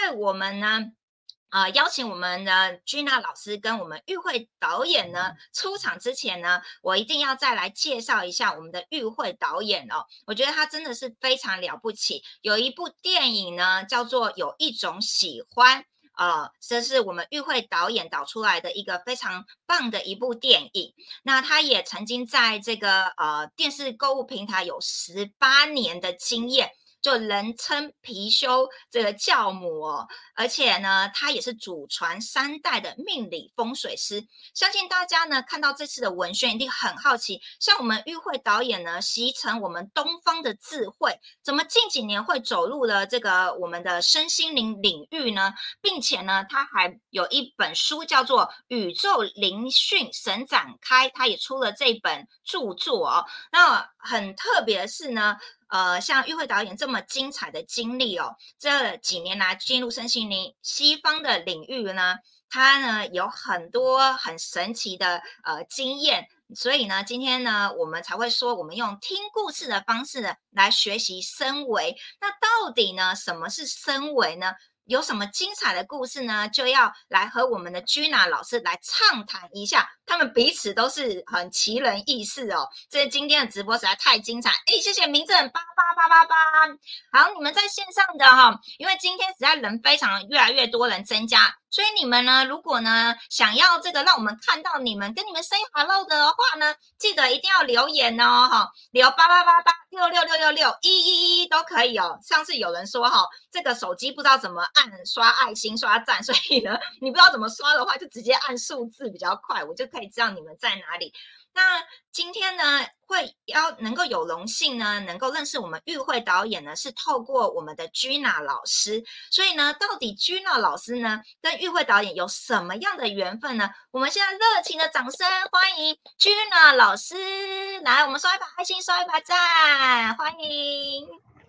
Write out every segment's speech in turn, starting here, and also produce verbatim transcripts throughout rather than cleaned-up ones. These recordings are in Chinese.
在我们呢呃，邀请我们的 Gina 老师跟我们玉慧导演呢出场之前呢，我一定要再来介绍一下我们的玉慧导演哦。我觉得他真的是非常了不起，有一部电影呢叫做《有一种喜欢》。呃，这是我们玉慧导演导出来的一个非常棒的一部电影。那他也曾经在这个呃电视购物平台有十八年的经验，就人称貔貅这个教母哦。而且呢，他也是祖传三代的命理风水师。相信大家呢看到这次的文宣一定很好奇，像我们玉慧导演呢习成我们东方的智慧，怎么近几年会走入了这个我们的身心灵领域呢？并且呢，他还有一本书叫做《宇宙灵讯神展开》，他也出了这本著作哦。那很特别的是呢，呃，像玉慧导演这么精彩的经历哦，这几年来进入身心灵西方的领域呢，他呢有很多很神奇的呃经验，所以呢，今天呢我们才会说，我们用听故事的方式呢来学习升维。那到底呢什么是升维呢？有什么精彩的故事呢？就要来和我们的 Gina 老师来畅谈一下，他们彼此都是很奇人异事哦。这今天的直播实在太精彩，哎，谢谢名正八八八八八。好，你们在线上的哈、哦，因为今天实在人非常越来越多人增加，所以你们呢，如果呢想要这个让我们看到你们跟你们 say hello 的话呢，记得一定要留言哦，哈，留八八八八六六六六六一一一都可以哦。上次有人说哈、哦，这个手机不知道怎么按刷爱心刷赞，所以呢，你不知道怎么刷的话，就直接按数字比较快，我就可以知道你们在哪里。那今天呢，会要能够有荣幸呢，能够认识我们玉慧导演呢，是透过我们的 Gina 老师。所以呢，到底 Gina 老师呢，跟玉慧导演有什么样的缘分呢？我们现在热情的掌声欢迎 Gina 老师来，我们刷一把爱心，刷一把赞，欢迎。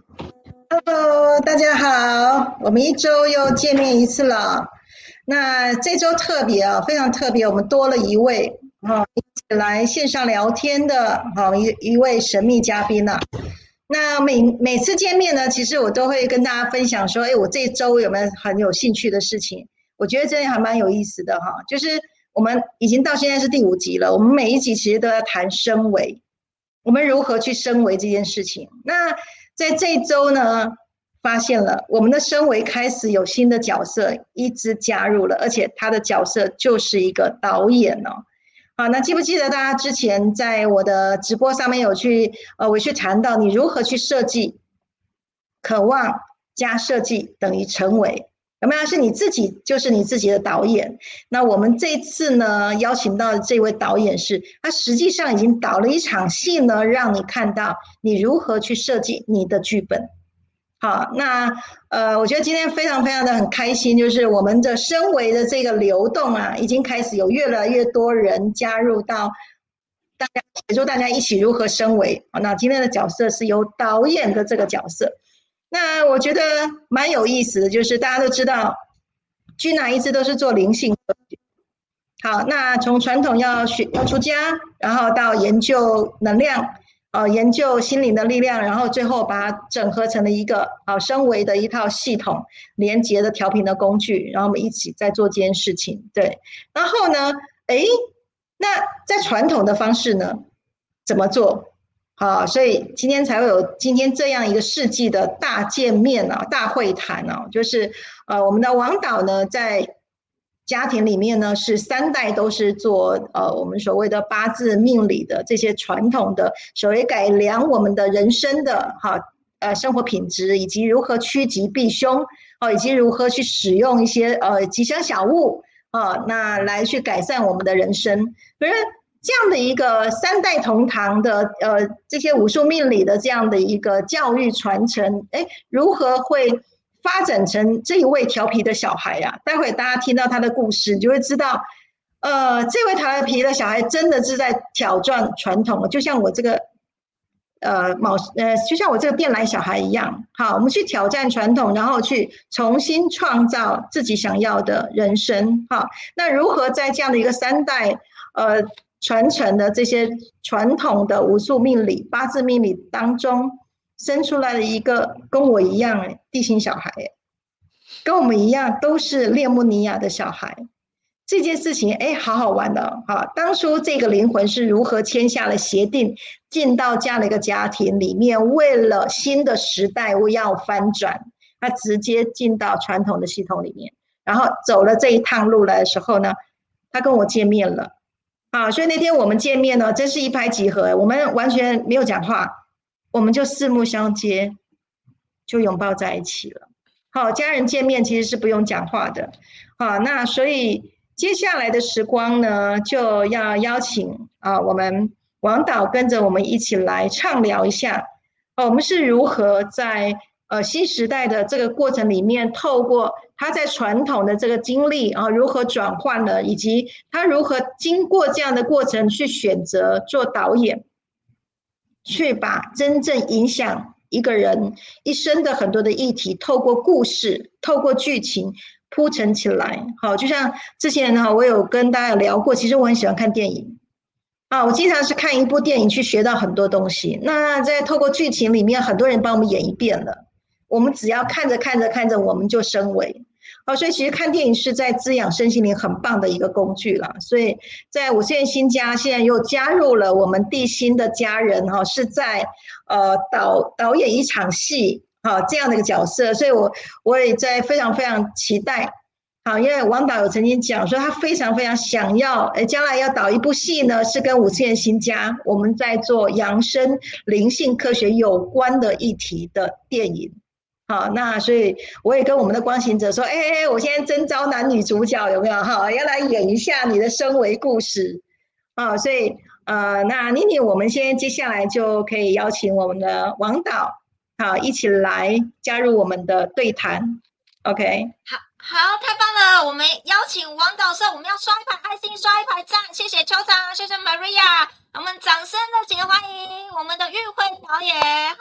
Hello， 大家好，我们一周又见面一次了。那这周特别啊，非常特别，我们多了一位啊，一起来线上聊天的啊一一位神秘嘉宾呐、啊。那每每次见面呢，其实我都会跟大家分享说，哎，我这周有没有很有兴趣的事情？我觉得这还蛮有意思的哈。就是我们已经到现在是第五集了，我们每一集其实都在谈升维，我们如何去升维这件事情。那在这一周呢，发现了我们的升维开始有新的角色一直加入了，而且他的角色就是一个导演哦。好，那记不记得大家之前在我的直播上面有去呃，我去谈到你如何去设计，渴望加设计等于成为，有没有？是你自己就是你自己的导演。那我们这次呢邀请到的这位导演是，他实际上已经导了一场戏呢，让你看到你如何去设计你的剧本。好，那呃，我觉得今天非常非常的很开心，就是我们的升维的这个流动啊，已经开始有越来越多人加入到大家协助大家一起如何升维。那今天的角色是由导演的这个角色。那我觉得蛮有意思的，就是大家都知道Gina一直都是做灵性科学。好，那从传统要学要出家，然后到研究能量。呃，研究心灵的力量，然后最后把它整合成了一个啊升维的一套系统，连接的调频的工具，然后我们一起在做这件事情。对，然后呢，哎，那在传统的方式呢，怎么做？好，所以今天才会有今天这样一个世纪的大见面啊，大会谈啊，就是呃，我们的王导呢在家庭里面呢，是三代都是做呃我们所谓的八字命理的这些传统的，所谓改良我们的人生的哈呃生活品质，以及如何趋吉避凶哦，以及如何去使用一些呃吉祥小物啊，那来去改善我们的人生。可是这样的一个三代同堂的呃这些武术命理的这样的一个教育传承，哎，如何会发展成这一位调皮的小孩啊？待会大家听到他的故事，你就会知道，呃，这位调皮的小孩真的是在挑战传统，就像我这个，呃，毛呃，就像我这个变来小孩一样。好，我们去挑战传统，然后去重新创造自己想要的人生。好，那如何在这样的一个三代呃传承的这些传统的武术命理、八字命理当中，生出来的一个跟我一样地心小孩。 跟我们一样都是列穆尼亚的小孩。这件事情，哎，好好玩的哈！当初这个灵魂是如何签下了协定，进到这样的一个家庭里面，为了新的时代要翻转，他直接进到传统的系统里面，然后走了这一趟路来的时候呢，他跟我见面了。啊，所以那天我们见面呢，真是一拍即合，我们完全没有讲话，我们就四目相接，就拥抱在一起了。好，家人见面其实是不用讲话的。好，那所以接下来的时光呢，就要邀请啊，我们王导跟着我们一起来畅聊一下，啊，我们是如何在呃新时代的这个过程里面，透过他在传统的这个经历啊，如何转换了，以及他如何经过这样的过程去选择做导演，去把真正影响一个人一生的很多的议题，透过故事，透过剧情铺陈起来。好，就像之前呢，我有跟大家有聊过，其实我很喜欢看电影啊，我经常是看一部电影去学到很多东西。那在透过剧情里面，很多人帮我们演一遍了，我们只要看着看着看着，我们就升维。好，所以其实看电影是在滋养身心灵很棒的一个工具啦。所以在我现在新家，现在又加入了我们地心的家人哈，是在呃导导演一场戏哈这样的一个角色，所以我我也在非常非常期待。好，因为王导有曾经讲说，他非常非常想要，诶，将来要导一部戏呢，是跟五次元新家我们在做养生灵性科学有关的议题的电影。好，那所以我也跟我们的光行者说，哎哎，我现在征招男女主角，有没有哈？要来演一下你的升维故事啊！所以呃，那妮妮，我们先接下来就可以邀请我们的王导，好，一起来加入我们的对谈 ，OK？ 好。好，太棒了！我们邀请王导社，我们要刷一排爱心，刷一排赞，谢谢邱长，谢谢 Maria， 我们掌声热情的欢迎我们的玉慧导演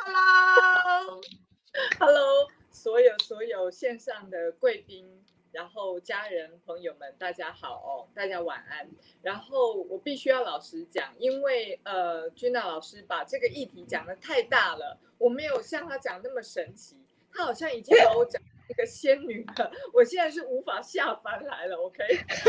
，Hello。 Hello， 所有所有线上的贵宾，然后家人朋友们，大家好哦，大家晚安。然后我必须要老实讲，因为呃，Gina 老师把这个议题讲得太大了，我没有像他讲那么神奇，他好像已经把我讲一个仙女了，我现在是无法下凡来了 ，OK？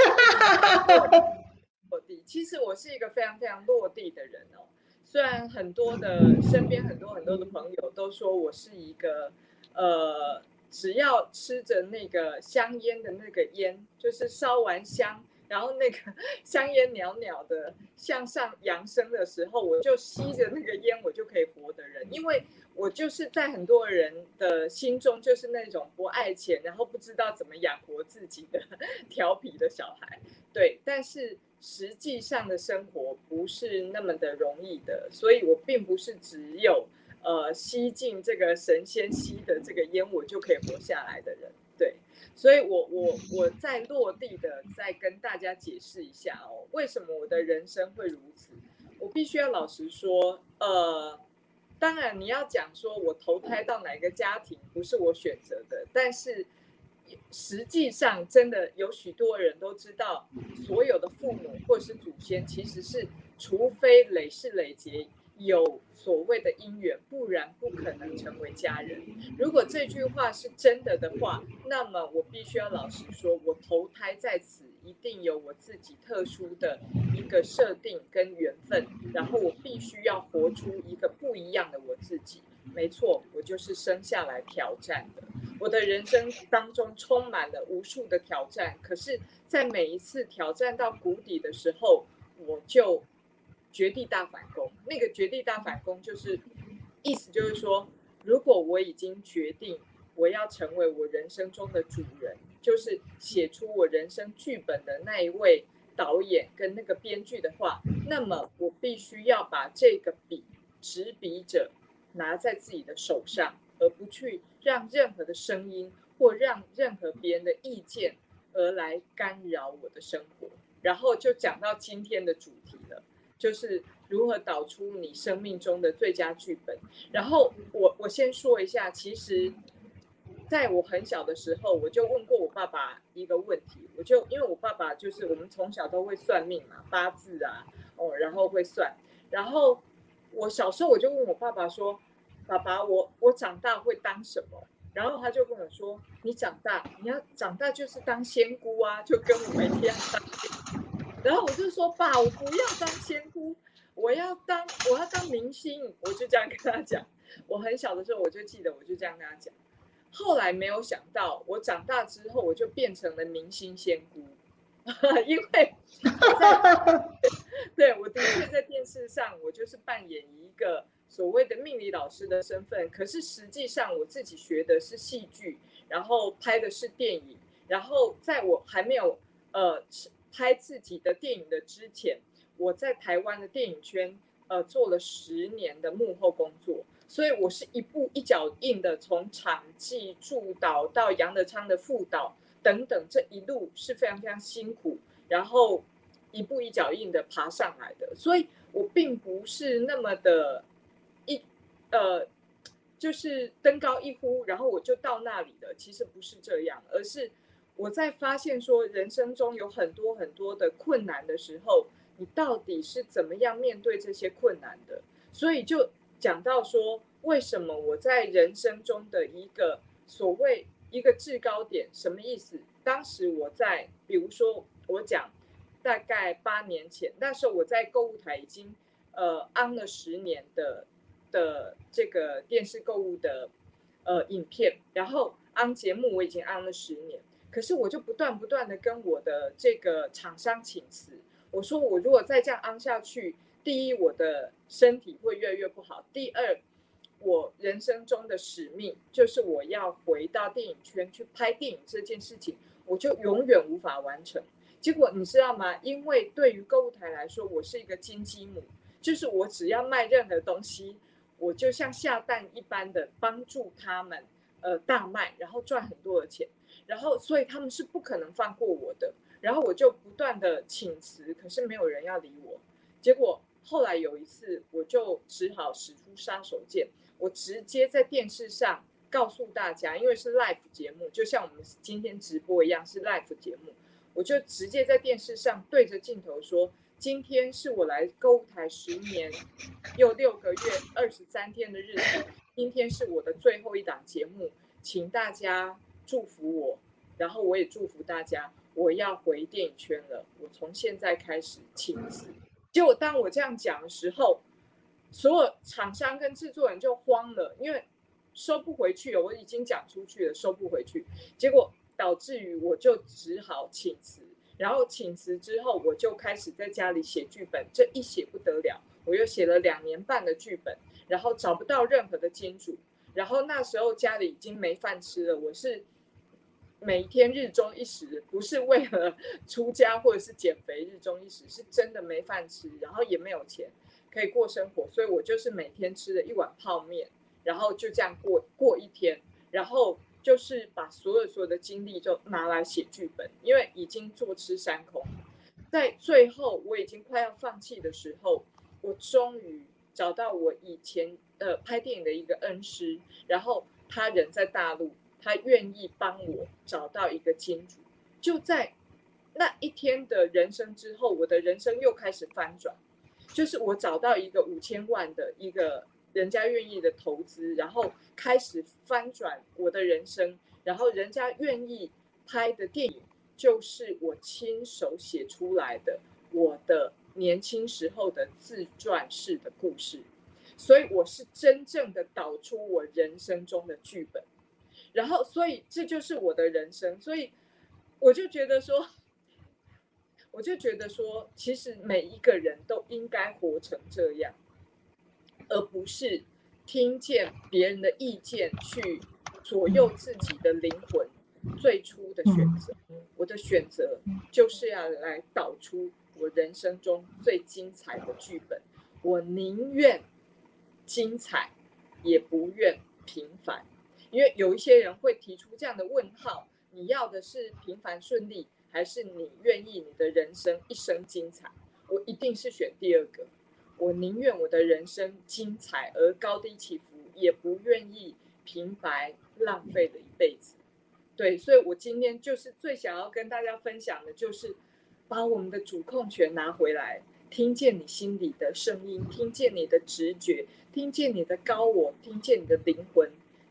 落地，其实我是一个非常非常落地的人哦。虽然很多的身边很多很多的朋友都说我是一个，呃，只要吃着那个香烟的那个烟，就是烧完香，然后那个香烟袅袅的向上扬升的时候，我就吸着那个烟，我就可以活的人。因为我就是在很多人的心中就是那种不爱钱，然后不知道怎么养活自己的调皮的小孩。对，但是实际上的生活不是那么的容易的，所以我并不是只有呃吸进这个神仙吸的这个烟，我就可以活下来的人。对，所以我我我再落地的再跟大家解释一下哦，为什么我的人生会如此。我必须要老实说，呃，当然你要讲说我投胎到哪个家庭不是我选择的，但是实际上真的有许多人都知道，所有的父母或是祖先其实是除非累世累劫有所谓的因缘，不然不可能成为家人。如果这句话是真的的话，那么我必须要老实说，我投胎在此一定有我自己特殊的一个设定跟缘分，然后我必须要活出一个不一样的我自己。没错，我就是生下来挑战的。我的人生当中充满了无数的挑战，可是在每一次挑战到谷底的时候，我就绝地大反攻。那个绝地大反攻就是意思就是说，如果我已经决定我要成为我人生中的主人，就是写出我人生剧本的那一位导演跟那个编剧的话，那么我必须要把这个笔执笔者拿在自己的手上，而不去让任何的声音或让任何别人的意见而来干扰我的生活。然后就讲到今天的主题了，就是如何导出你生命中的最佳剧本。然后我我先说一下，其实在我很小的时候，我就问过我爸爸一个问题，我就因为我爸爸就是我们从小都会算命嘛，八字啊，哦，然后会算，然后我小时候我就问我爸爸说，爸爸，我我长大会当什么？ 然后他就跟我说：“你长大，你要长大就是当仙姑啊，就跟我一样当仙姑。”然后我就说：“爸，我不要当仙姑，我要当我要当明星。”我就这样跟他讲。我很小的时候我就记得，我就这样跟他讲。后来没有想到，我长大之后我就变成了明星仙姑，因为我在对我的确在电视上，我就是扮演一个所谓的命理老师的身份，可是实际上我自己学的是戏剧，然后拍的是电影，然后在我还没有呃拍自己的电影的之前，我在台湾的电影圈呃做了十年的幕后工作。所以我是一步一脚印的，从场记、助导到杨德昌的副导等等，这一路是非常非常辛苦，然后一步一脚印的爬上来的。所以我并不是那么的一呃，就是登高一呼，然后我就到那里了。其实不是这样，而是我在发现说，人生中有很多很多的困难的时候，你到底是怎么样面对这些困难的？所以就讲到说，为什么我在人生中的一个所谓一个制高点，什么意思？当时我在，比如说我讲大概八年前，那时候我在购物台已经呃安了十年的的这个电视购物的呃影片，然后安节目我已经安了十年，可是我就不断不断的跟我的这个厂商请辞，我说我如果再这样安下去，第一，我的身体会越来越不好；第二，我人生中的使命就是我要回到电影圈去拍电影这件事情，我就永远无法完成。结果你知道吗？因为对于购物台来说，我是一个金鸡母，就是我只要卖任何东西，我就像下蛋一般的帮助他们呃大卖，然后赚很多的钱，然后所以他们是不可能放过我的。然后我就不断的请辞，可是没有人要理我。结果后来有一次，我就只好使出杀手锏，我直接在电视上告诉大家，因为是 live 节目，就像我们今天直播一样是 live 节目，我就直接在电视上对着镜头说，今天是我来购物台十年又六个月二十三天的日子，今天是我的最后一档节目，请大家祝福我，然后我也祝福大家，我要回电影圈了，我从现在开始请辞。结果当我这样讲的时候，所有厂商跟制作人就慌了，因为收不回去了，我已经讲出去了，收不回去，结果导致于我就只好请辞。然后请辞之后，我就开始在家里写剧本，这一写不得了，我又写了两年半的剧本，然后找不到任何的金主，然后那时候家里已经没饭吃了，我是每天日中一时，不是为了出家或者是减肥日中一时，是真的没饭吃，然后也没有钱可以过生活，所以我就是每天吃了一碗泡面，然后就这样过过一天，然后就是把所有所有的精力就拿来写剧本，因为已经坐吃山空。在最后我已经快要放弃的时候，我终于找到我以前呃拍电影的一个恩师，然后他人在大陆，他愿意帮我找到一个金主。就在那一天的人生之后，我的人生又开始翻转，就是我找到一个五千万的一个人家愿意的投资，然后开始翻转我的人生，然后人家愿意拍的电影就是我亲手写出来的我的年轻时候的自传式的故事，所以我是真正的导出我人生中的剧本，然后所以这就是我的人生。所以我就觉得说我就觉得说其实每一个人都应该活成这样，而不是听见别人的意见去左右自己的灵魂最初的选择。我的选择就是要来导出我人生中最精彩的剧本，我宁愿精彩也不愿平凡。因为有一些人会提出这样的问号，你要的是平凡顺利，还是你愿意你的人生一生精彩？我一定是选第二个，我宁愿我的人生精彩而高低起伏，也不愿意平白浪费了一辈子。对，所以我今天就是最想要跟大家分享的，就是把我们的主控权拿回来，听见你心里的声音，听见你的直觉，听见你的高我，听见你的灵魂，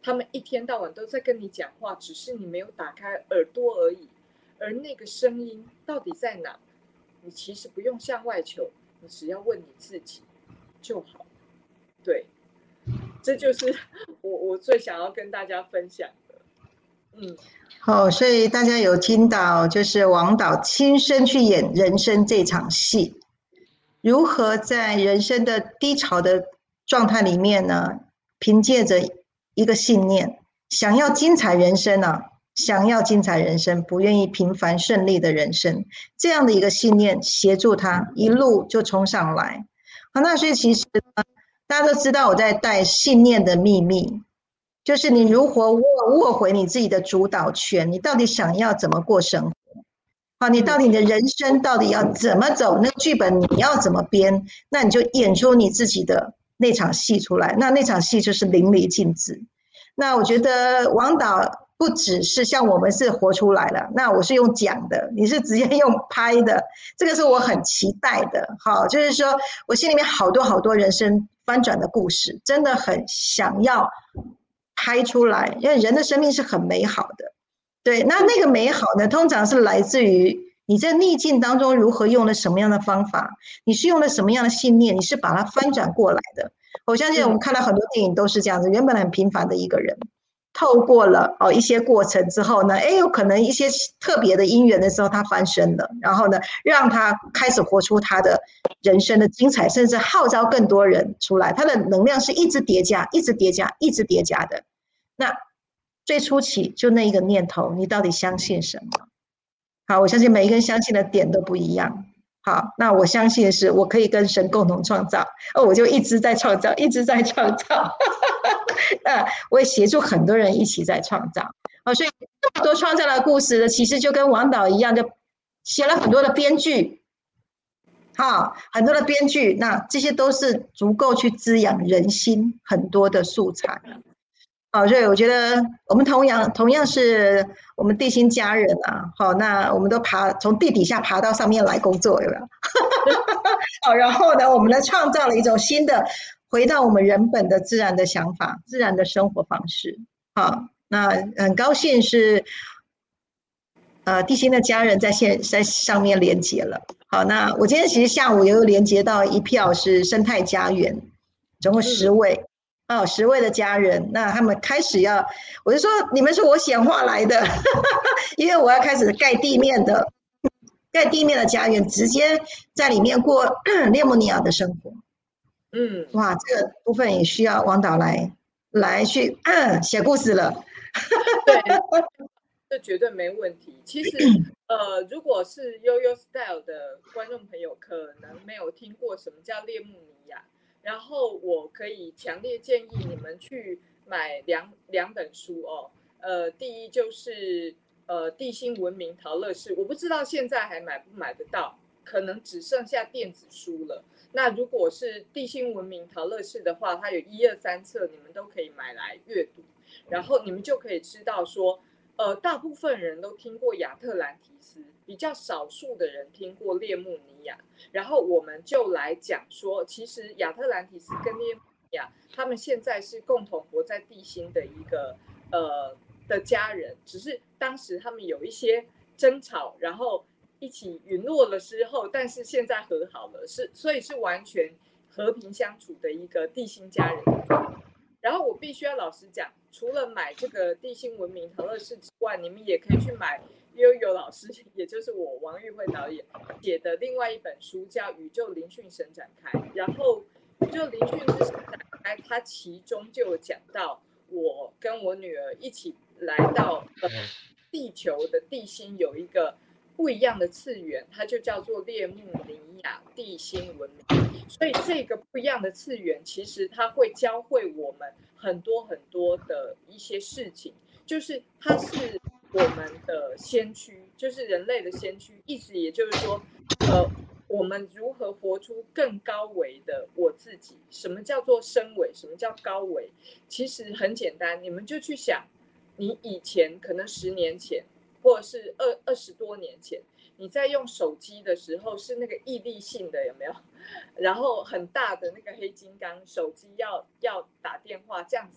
他们一天到晚都在跟你讲话，只是你没有打开耳朵而已。而那个声音到底在哪？你其实不用向外求，你只要问你自己就好。对，这就是我我最想要跟大家分享的。嗯， 好，所以大家有听到，就是王导亲身去演人生这场戏，如何在人生的低潮的状态里面呢，凭借着一个信念，想要精彩人生啊，想要精彩人生，不愿意平凡顺利的人生，这样的一个信念协助他一路就冲上来。好，那所以其实呢，大家都知道我在带信念的秘密，就是你如何握握回你自己的主导权，你到底想要怎么过生活？好，你到底你的人生到底要怎么走？那个剧本你要怎么编？那你就演出你自己的那场戏出来。那那场戏就是淋漓尽致。那我觉得王导不只是像我们是活出来了，那我是用讲的，你是直接用拍的，这个是我很期待的。好，就是说我心里面好多好多人生翻转的故事，真的很想要拍出来，因为人的生命是很美好的。对，那那个美好呢，通常是来自于你在逆境当中如何用了什么样的方法，你是用了什么样的信念，你是把它翻转过来的。我相信我们看到很多电影都是这样子，原本很平凡的一个人，透过了哦一些过程之后呢，哎，有可能一些特别的因缘的时候，他翻身了，然后呢，让他开始活出他的人生的精彩，甚至号召更多人出来，他的能量是一直叠加、一直叠加、一直叠加的。那最初期就那一个念头，你到底相信什么？好，我相信每一个人相信的点都不一样。好，那我相信的是，我可以跟神共同创造，哦，我就一直在创造，一直在创造。那我也协助很多人一起在创造。哦，所以这么多创造的故事呢，其实就跟王导一样，就写了很多的编剧。好，很多的编剧，那这些都是足够去滋养人心很多的素材。好，所以我觉得我们同样同样是我们地心家人啊，好，那我们都爬从地底下爬到上面来工作，有没有？好，然后呢，我们呢创造了一种新的，回到我们人本的自然的想法、自然的生活方式。好，那很高兴是呃地心的家人在线在上面连接了。好，那我今天其实下午也有连接到一票是生态家园，总共十位。哦，十位的家人，那他们开始要，我就说你们是我显化来的，因为我要开始盖地面的，盖地面的家园，直接在里面过列姆尼亚的生活。嗯，哇，这个部分也需要王导来来去嗯写故事了。 对，这绝对没问题。其实，呃，如果是悠悠 style 的观众朋友，可能没有听过什么叫列姆尼亚。然后我可以强烈建议你们去买两两本书哦。呃，第一就是呃地心文明陶乐士，我不知道现在还买不买得到，可能只剩下电子书了。那如果是地心文明陶乐士的话，它有一二三册，你们都可以买来阅读，然后你们就可以知道说，呃，大部分人都听过亚特兰提斯，比较少数的人听过列穆尼亚。然后我们就来讲说，其实亚特兰提斯跟列穆尼亚，他们现在是共同活在地心的一个呃的家人，只是当时他们有一些争吵，然后一起陨落了之后，但是现在和好了，是所以是完全和平相处的一个地心家人。然后我必须要老实讲，除了买这个地心文明陶乐士之外，你们也可以去买悠悠老师，也就是我王玉慧导演写的另外一本书，叫《宇宙灵讯神展开》。然后《宇宙灵讯之神展开》，它其中就有讲到，我跟我女儿一起来到、呃、地球的地心有一个不一样的次元，它就叫做列穆尼亚地心文明。所以这个不一样的次元，其实它会教会我们很多很多的一些事情，就是它是我们的先驱，就是人类的先驱。意思也就是说，呃，我们如何活出更高维的我自己？什么叫做升维？什么叫高维？其实很简单，你们就去想，你以前可能十年前，或者是二二十多年前。你在用手机的时候是那个毅力性的，有没有？然后很大的那个黑金刚手机要要打电话这样子，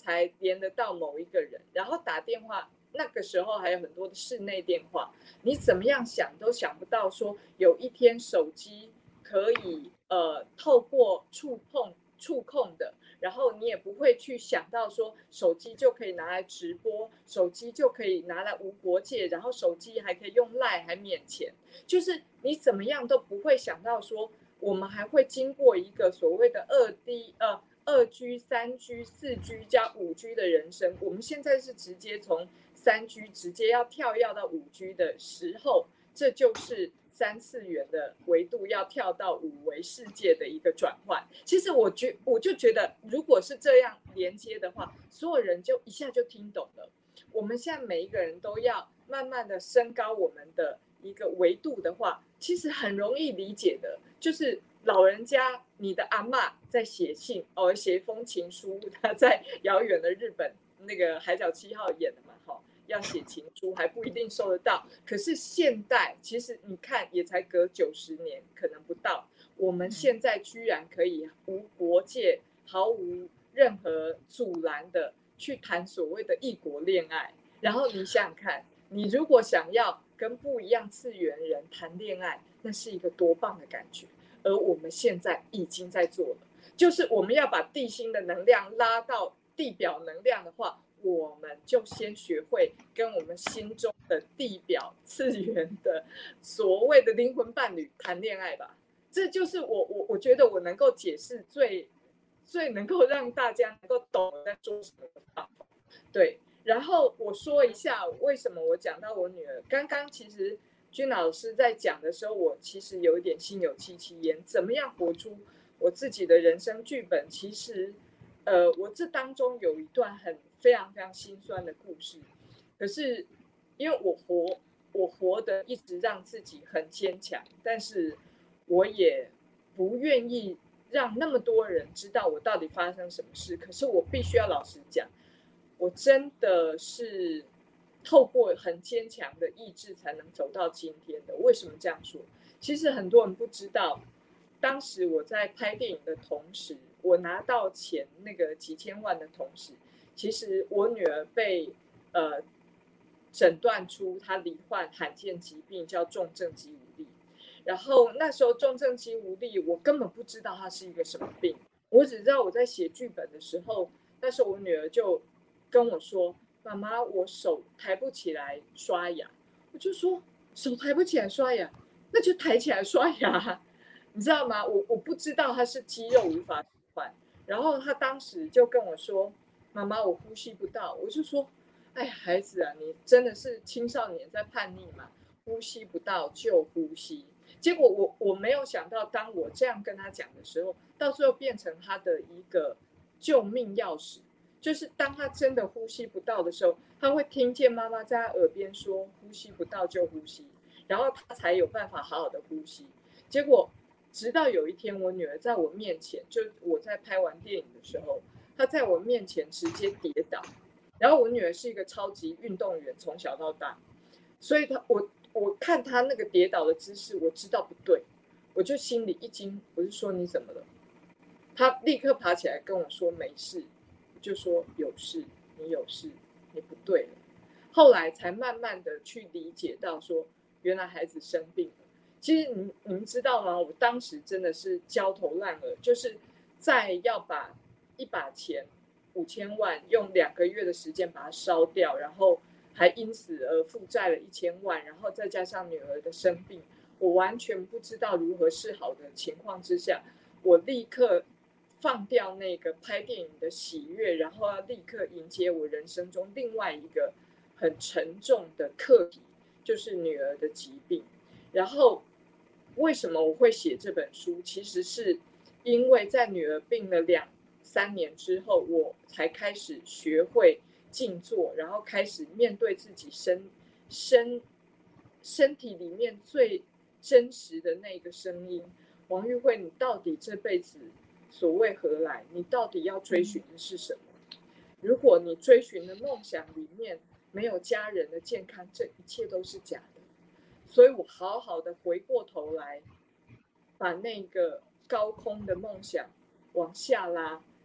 才连得到某一个人，然后打电话，那个时候还有很多的室内电话，你怎么样想都想不到说有一天手机可以呃透过触碰触控的，然后你也不会去想到说手机就可以拿来直播，手机就可以拿来无国界，然后手机还可以用 LINE 还免钱，就是你怎么样都不会想到说我们还会经过一个所谓的二 D 呃二 G、三 G、四 G 加五 G 的人生。我们现在是直接从三 G 直接要跳跃到五 G 的时候，这就是三次元的维度要跳到五维世界的一个转换。其实我觉我就觉得，如果是这样连接的话，所有人就一下就听懂了。我们现在每一个人都要慢慢的升高我们的一个维度的话，其实很容易理解的，就是老人家，你的阿嬷在写信哦，写一封情书，他在遥远的日本那个海角七号演的嘛，哈，要写情书还不一定收得到。可是现代其实你看也才隔九十年，可能不到，我们现在居然可以无国界、毫无任何阻拦的去谈所谓的异国恋爱。然后你想想看，你如果想要跟不一样次元人谈恋爱，那是一个多棒的感觉。而我们现在已经在做了，就是我们要把地心的能量拉到地表能量的话，我们就先学会跟我们心中的地表次元的所谓的灵魂伴侣谈恋爱吧。这就是我我我觉得我能够解释最最能够让大家能够懂我在说什么的方法。对，然后我说一下为什么我讲到我女儿，刚刚其实君老师在讲的时候，我其实有一点心有戚戚焉，怎么样活出我自己的人生剧本？其实，呃，我这当中有一段很非常非常心酸的故事。可是，因为我活，我活得一直让自己很坚强，但是我也不愿意让那么多人知道我到底发生什么事。可是我必须要老实讲，我真的是透过很坚强的意志才能走到今天的。为什么这样说？其实很多人不知道，当时我在拍电影的同时，我拿到钱那个几千万的同时，其实我女儿被呃诊断出她罹患罕见疾病，叫重症肌无力。然后那时候重症肌无力，我根本不知道它是一个什么病，我只知道我在写剧本的时候，那时候我女儿就跟我说：妈妈，我手抬不起来刷牙。我就说手抬不起来刷牙，那就抬起来刷牙，你知道吗？我我不知道他是肌肉无法循环。然后他当时就跟我说：妈妈，我呼吸不到。我就说：哎，孩子啊，你真的是青少年在叛逆嘛？呼吸不到就呼吸。结果我我没有想到，当我这样跟他讲的时候，到最后变成他的一个救命钥匙。就是当他真的呼吸不到的时候，他会听见妈妈在他耳边说：呼吸不到就呼吸，然后他才有办法好好的呼吸。结果直到有一天，我女儿在我面前，就我在拍完电影的时候，她在我面前直接跌倒。然后我女儿是一个超级运动员，从小到大，所以她我我看她那个跌倒的姿势，我知道不对，我就心里一惊，我就说你怎么了？她立刻爬起来跟我说没事。就说有事，你有事，你不对了。后来才慢慢的去理解到说，原来孩子生病了。其实你你们知道吗？我当时真的是焦头烂额，就是在要把一把钱五千万用两个月的时间把它烧掉，然后还因此而负债了一千万，然后再加上女儿的生病，我完全不知道如何是好的情况之下，我立刻放掉那个拍电影的喜悦，然后要立刻迎接我人生中另外一个很沉重的课题，就是女儿的疾病。然后为什么我会写这本书？其实是因为在女儿病了两三年之后，我才开始学会静坐，然后开始面对自己身身身体里面最真实的那个声音。王玉慧，你到底这辈子所谓何来？你到底要追寻的是什么？如果你追寻的梦想里面没有家人的健康，这一切都是假的。所以我好好的回过头来，把那个高空的梦想往下拉，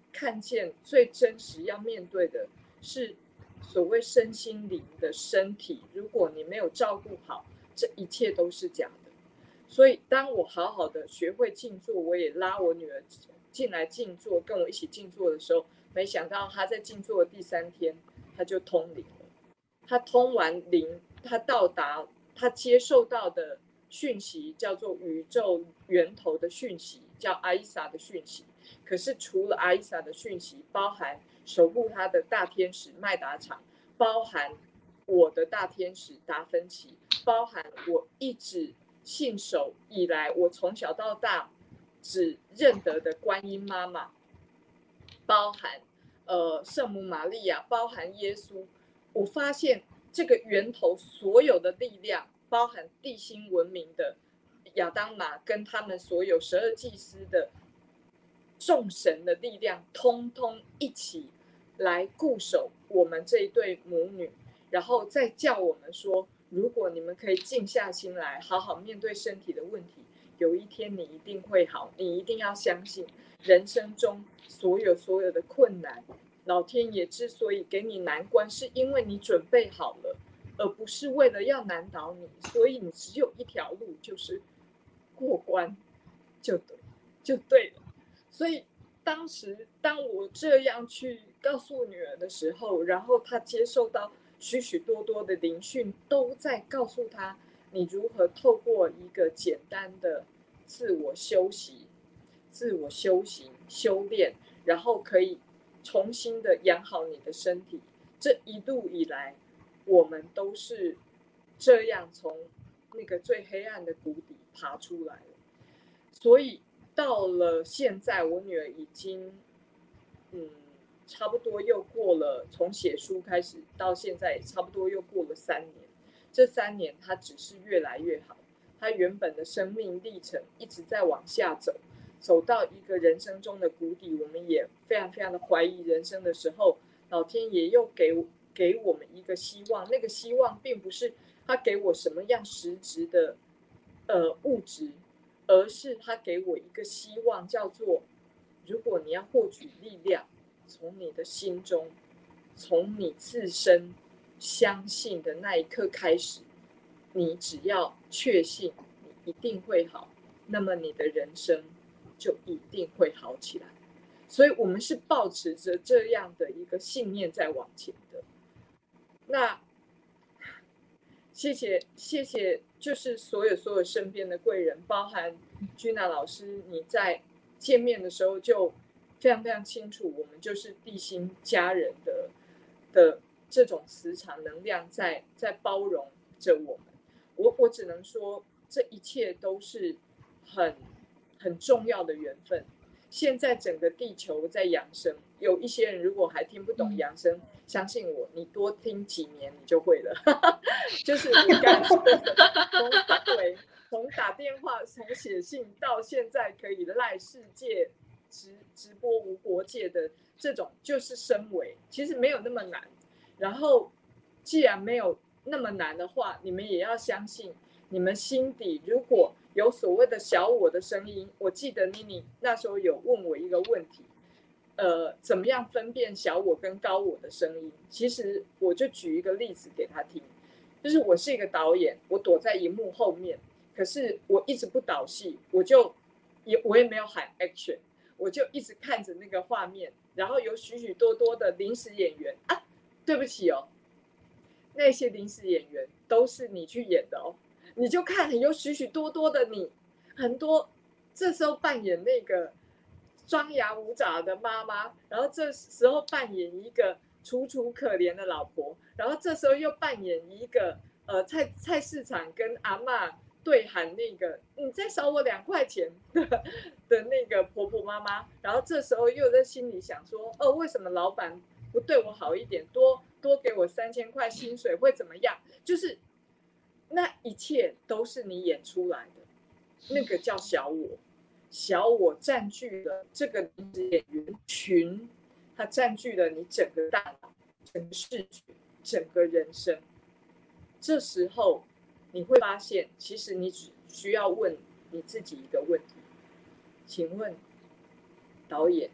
看见最真实要面对的是所谓身心灵的身体，如果你没有照顾好，这一切都是假的。所以当我好好的学会静坐，我也拉我女儿进来静坐，跟我一起静坐的时候，没想到她在静坐的第三天，她就通灵了。她通完灵，她到达她接受到的讯息叫做宇宙源头的讯息，叫阿伊莎的讯息。可是除了阿伊莎的讯息，包含守护她的大天使麦达场，包含我的大天使达芬奇，包含我一直信守以来，我从小到大只认得的观音妈妈，包含呃圣母玛利亚，包含耶稣。我发现这个源头所有的力量，包含地心文明的亚当玛跟他们所有十二祭司的众神的力量，通通一起来固守我们这一对母女，然后再叫我们说，如果你们可以静下心来，好好面对身体的问题，有一天你一定会好。你一定要相信，人生中所有所有的困难，老天爷之所以给你难关，是因为你准备好了，而不是为了要难倒你。所以你只有一条路，就是过关就对，就对了。所以当时当我这样去告诉女儿的时候，然后她接受到许许多多的灵讯，都在告诉她你如何透过一个简单的自我修习、自我修行、修炼，然后可以重新的养好你的身体。这一路以来，我们都是这样从那个最黑暗的谷底爬出来了。所以到了现在，我女儿已经嗯差不多又过了，从写书开始到现在差不多又过了三年。这三年她只是越来越好，她原本的生命历程一直在往下走，走到一个人生中的谷底，我们也非常非常的怀疑人生的时候，老天爷又给给我们一个希望。那个希望并不是他给我什么样实质的呃物质，而是他给我一个希望，叫做如果你要获取力量，从你的心中，从你自身相信的那一刻开始，你只要确信你一定会好，那么你的人生就一定会好起来。所以我们是抱持着这样的一个信念在往前的。那谢谢谢谢，就是所有所有身边的贵人，包含君娜老师，你在见面的时候就非常非常清楚，我们就是地心家人的的这种磁场能量在在包容着我们。我我只能说，这一切都是很很重要的缘分。现在整个地球在扬升，有一些人如果还听不懂扬升，相信我，你多听几年你就会了。就是你刚说的，从对从打电话、从写信到现在可以赖世界直直播无国界的这种，就是升维，其实没有那么难。然后既然没有那么难的话，你们也要相信，你们心底如果有所谓的小我的声音，我记得妮妮那时候有问我一个问题，呃，怎么样分辨小我跟高我的声音？其实我就举一个例子给他听，就是我是一个导演，我躲在荧幕后面，可是我一直不导戏，我就也我也没有喊 action， 我就一直看着那个画面，然后有许许多多的临时演员啊，对不起哦，那些临时演员都是你去演的哦。你就看有许许多多的你，很多这时候扮演那个张牙舞爪的妈妈，然后这时候扮演一个楚楚可怜的老婆，然后这时候又扮演一个呃菜菜市场跟阿嬷对喊那个你再少我两块钱的的那个婆婆妈妈，然后这时候又在心里想说，哦，为什么老板不对我好一点，多多给我三千块薪水会怎么样？就是那一切都是你演出来的，那个叫小我，小我占据了这个演员群，它占据了你整个大脑、整个视觉、整个人生。这时候你会发现，其实你只需要问你自己一个问题，请问导演，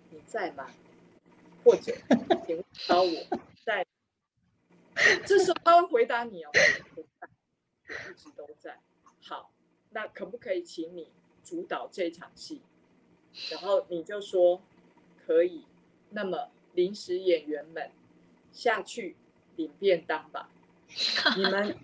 你在吗？或者请找我在。这时候他会回答你哦，我在，我一直都在。好，那可不可以请你主导这场戏？然后你就说可以。那么临时演员们下去领便当吧。你们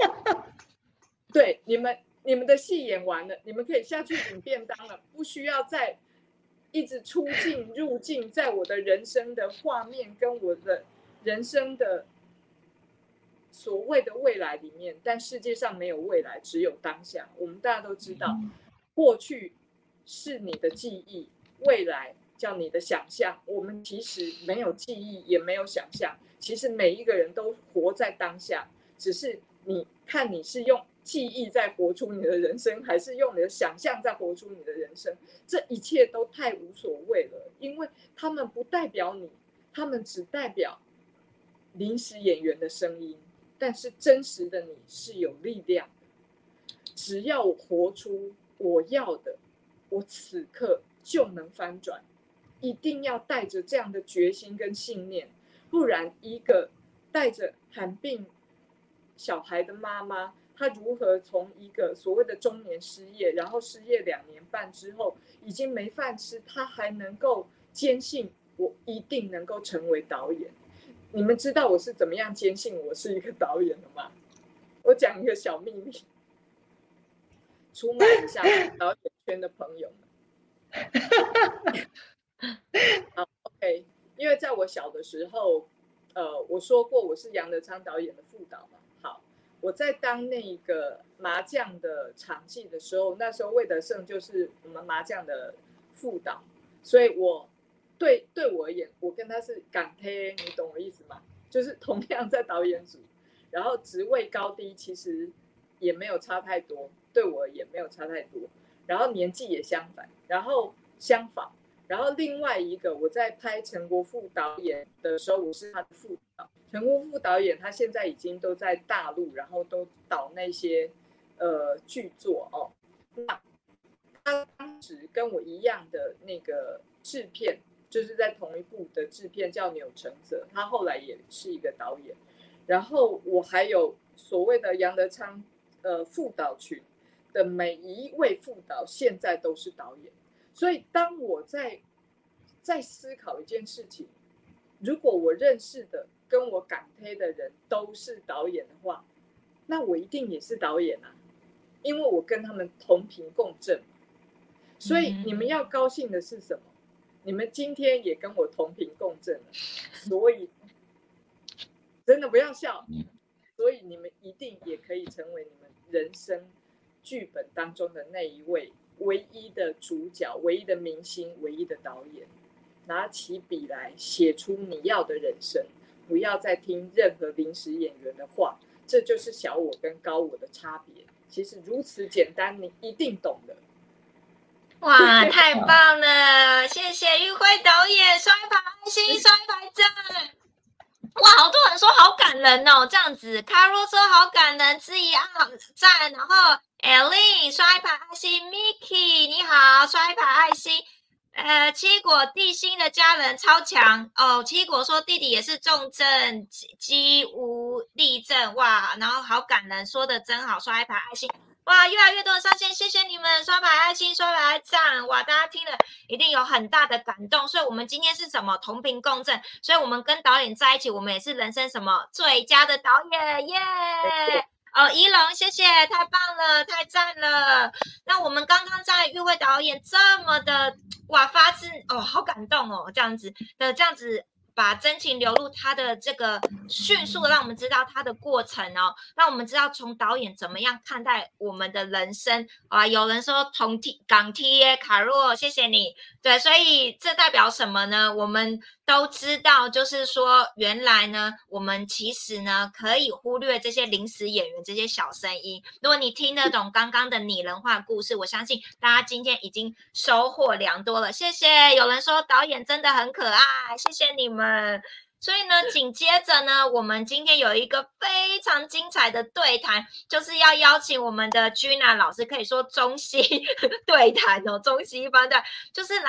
对你们你们的戏演完了，你们可以下去领便当了，不需要再一直出境入境在我的人生的画面跟我的人生的所谓的未来里面。但世界上没有未来，只有当下。我们大家都知道，过去是你的记忆，未来叫你的想象。我们其实没有记忆，也没有想象，其实每一个人都活在当下，只是你看你是用记忆在活出你的人生，还是用你的想象在活出你的人生。这一切都太无所谓了，因为他们不代表你，他们只代表临时演员的声音。但是真实的你是有力量的，只要我活出我要的，我此刻就能翻转。一定要带着这样的决心跟信念，不然一个带着罕病小孩的妈妈，她如何从一个所谓的中年失业，然后失业两年半之后已经没饭吃，她还能够坚信我一定能够成为导演？你们知道我是怎么样坚信我是一个导演的吗？我讲一个小秘密，出卖一下导演圈的朋友们。好 ，OK， 因为在我小的时候，呃，我说过我是杨德昌导演的副导嘛。好，我在当那个麻将的场记的时候，那时候魏德胜就是我们麻将的副导，所以我。对，对我而言，我跟他是港贴，你懂我意思吗？就是同样在导演组，然后职位高低其实也没有差太多，对我而言没有差太多，然后年纪也相反，然后相仿，然后另外一个我在拍陈国富导演的时候，我是他的副导。陈国富导演他现在已经都在大陆，然后都导那些呃剧作哦。那他当时跟我一样的那个制片。就是在同一部的制片叫钮承泽，他后来也是一个导演。然后我还有所谓的杨德昌呃副导群的每一位副导，现在都是导演。所以当我在在思考一件事情，如果我认识的跟我港推的人都是导演的话，那我一定也是导演啊，因为我跟他们同频共振。所以你们要高兴的是什么？你们今天也跟我同频共振了，所以真的不要笑，所以你们一定也可以成为你们人生剧本当中的那一位唯一的主角、唯一的明星、唯一的导演。拿起笔来写出你要的人生，不要再听任何临时演员的话，这就是小我跟高我的差别。其实如此简单，你一定懂的。 哇，太棒了！谢谢玉慧导演，刷一排爱心，刷一排赞。哇，好多人说好感人哦，这样子。Carol 说好感人，之怡按好赞，然后 Ellie 刷一排爱心 ，Mickey 你好，刷一排爱心。呃，七果地心的家人超强哦。七果说弟弟也是重症，肌无力症，哇，然后好感人，说的真好，刷一排爱心。哇，越来越多的上线，谢谢你们刷牌爱心，刷牌赞，哇，大家听了一定有很大的感动。所以我们今天是什么同频共振？所以我们跟导演在一起，我们也是人生什么最佳的导演耶！哦，怡龙，谢谢，太棒了，太赞了。那我们刚刚在玉慧导演这么的哇发自哦，好感动哦，这样子的这样子。把真情流露，他的这个迅速的让我们知道他的过程哦，让我们知道从导演怎么样看待我们的人生啊。有人说同梯港梯耶，卡若，谢谢你。对，所以这代表什么呢？我们都知道，就是说原来呢，我们其实呢可以忽略这些临时演员这些小声音。如果你听得懂刚刚的拟人化故事，我相信大家今天已经收获良多了。谢谢。有人说导演真的很可爱，谢谢你们。所以呢，紧接着呢，我们今天有一个非常精彩的对谈，就是要邀请我们的 Gina 老师，可以说中西对谈哦，中西一般的，就是来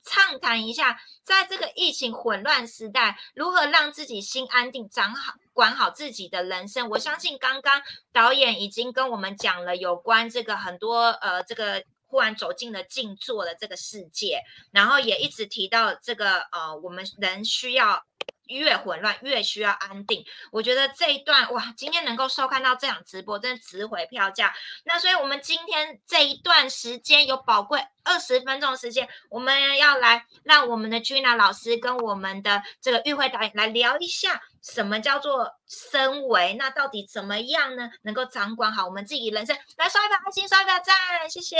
畅谈一下，在这个疫情混乱时代，如何让自己心安定，掌好管好自己的人生。我相信刚刚导演已经跟我们讲了有关这个很多呃这个忽然走进了静坐的这个世界，然后也一直提到这个呃我们人需要。越混乱越需要安定，我觉得这一段哇，今天能够收看到这场直播，真的值回票价。那所以我们今天这一段时间有宝贵二十分钟的时间，我们要来让我们的 Gina 老师跟我们的这个玉慧导演来聊一下，什么叫做身为，那到底怎么样呢？能够掌管好我们自己人生。来刷一把爱心，刷一把赞，谢谢。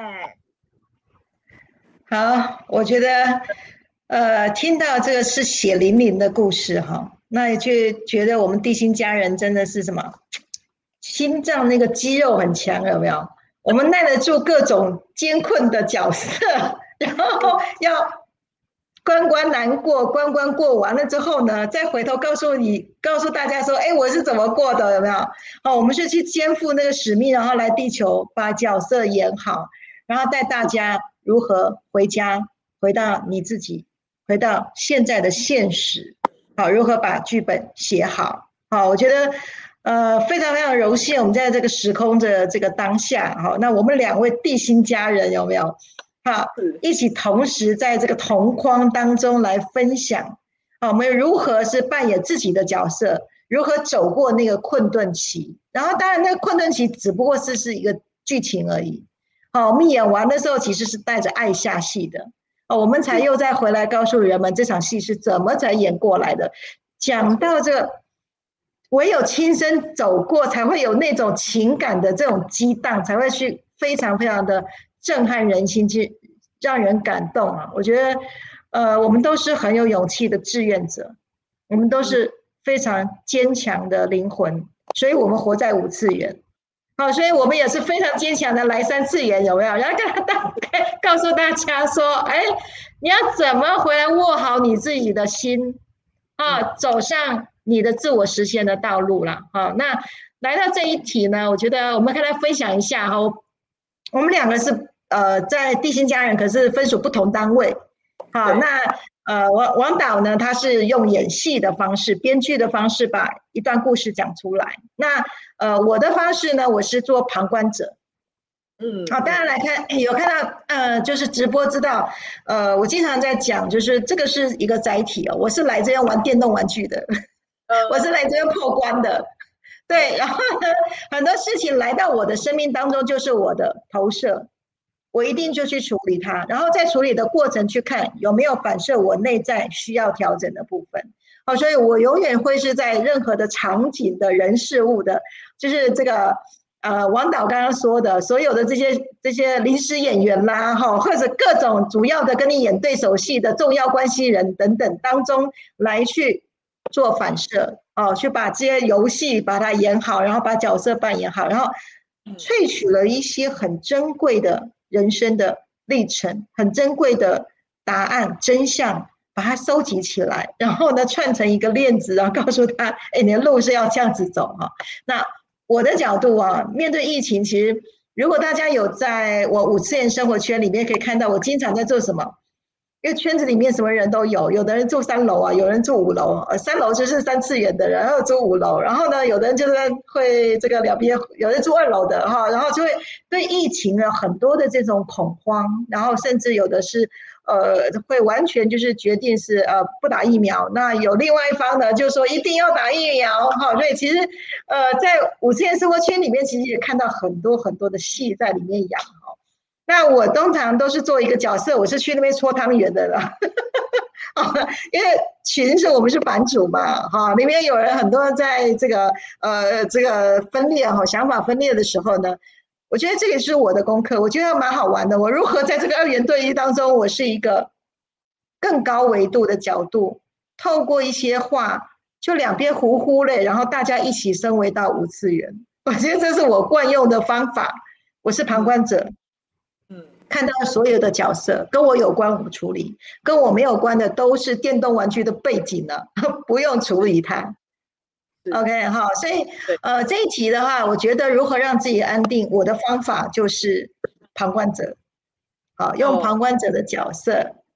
好，我觉得。呃，听到这个是血淋淋的故事哈，那也就觉得我们地心家人真的是什么，心脏那个肌肉很强，有没有？我们耐得住各种艰困的角色，然后要关关难过，关关过完了之后呢，再回头告诉你，告诉大家说，哎，我是怎么过的，有没有？好，我们是去肩负那个使命，然后来地球把角色演好，然后带大家如何回家，回到你自己。回到现在的现实，好，如何把剧本写好？好，我觉得呃非常非常荣幸，我们在这个时空的这个当下，好，那我们两位地心家人有没有？好，一起同时在这个同框当中来分享，好，我们如何是扮演自己的角色，如何走过那个困顿期？然后当然那个困顿期只不过是是一个剧情而已，好，我们演完的时候其实是带着爱下戏的。我们才又再回来告诉人们这场戏是怎么才演过来的。讲到这个，唯有亲身走过，才会有那种情感的这种激荡，才会去非常非常的震撼人心，去让人感动啊！我觉得，呃，我们都是很有勇气的志愿者，我们都是非常坚强的灵魂，所以我们活在五次元。好，所以我们也是非常坚强的来三次元，有没有？然后跟大告诉大家说，哎，你要怎么回来握好你自己的心啊，走上你的自我实现的道路了啊。那来到这一题呢，我觉得我们跟大家分享一下哈，我们两个是呃在地心家人，可是分属不同单位。好，那呃王王导呢，他是用演戏的方式、编剧的方式把一段故事讲出来。那呃我的方式呢，我是做旁观者。嗯，好，大家来看，有看到呃，就是直播知道，呃，我经常在讲，就是这个是一个载体哦，我是来这边玩电动玩具的，我是来这边破关的，对，然后呢，很多事情来到我的生命当中，就是我的投射。我一定就去处理它，然后在处理的过程去看有没有反射我内在需要调整的部分。好，所以我永远会是在任何的场景的人事物的，就是这个呃王导刚刚说的所有的这些这些临时演员啦，哈，或者各种主要的跟你演对手戏的重要关系人等等当中来去做反射，哦，去把这些游戏把它演好，然后把角色扮演好，然后萃取了一些很珍贵的人生的历程，很珍贵的答案真相，把它收集起来，然后呢串成一个链子，然后告诉他，哎，你的路是要这样子走哈。那我的角度啊，面对疫情，其实如果大家有在我五次元生活圈里面可以看到我经常在做什么，因为圈子里面什么人都有，有的人住三楼啊，有人住五楼，呃，三楼就是三次元的人，然后住五楼，然后呢，有的人就是会这个两边，有人住二楼的哈，然后就会对疫情有很多的这种恐慌，然后甚至有的是呃会完全就是决定是呃不打疫苗，那有另外一方呢就说一定要打疫苗哈，所以其实呃在五次元生活圈里面，其实也看到很多很多的戏在里面养哈。那我通常都是做一个角色，我是去那边搓汤圆的啦，因为群是我们是版主嘛，哈，里面有人很多在这个呃这个分裂哈，想法分裂的时候呢，我觉得这个是我的功课，我觉得蛮好玩的。我如何在这个二元对立当中，我是一个更高维度的角度，透过一些话，就两边呼呼嘞，然后大家一起升维到五次元。我觉得这是我惯用的方法，我是旁观者。看到所有的角色跟我有关我处理，跟我没有关的都是电动玩具的背景了，不用处理它。OK 哈，所以呃这一题的话，我觉得如何让自己安定，我的方法就是旁观者，好，用旁观者的角色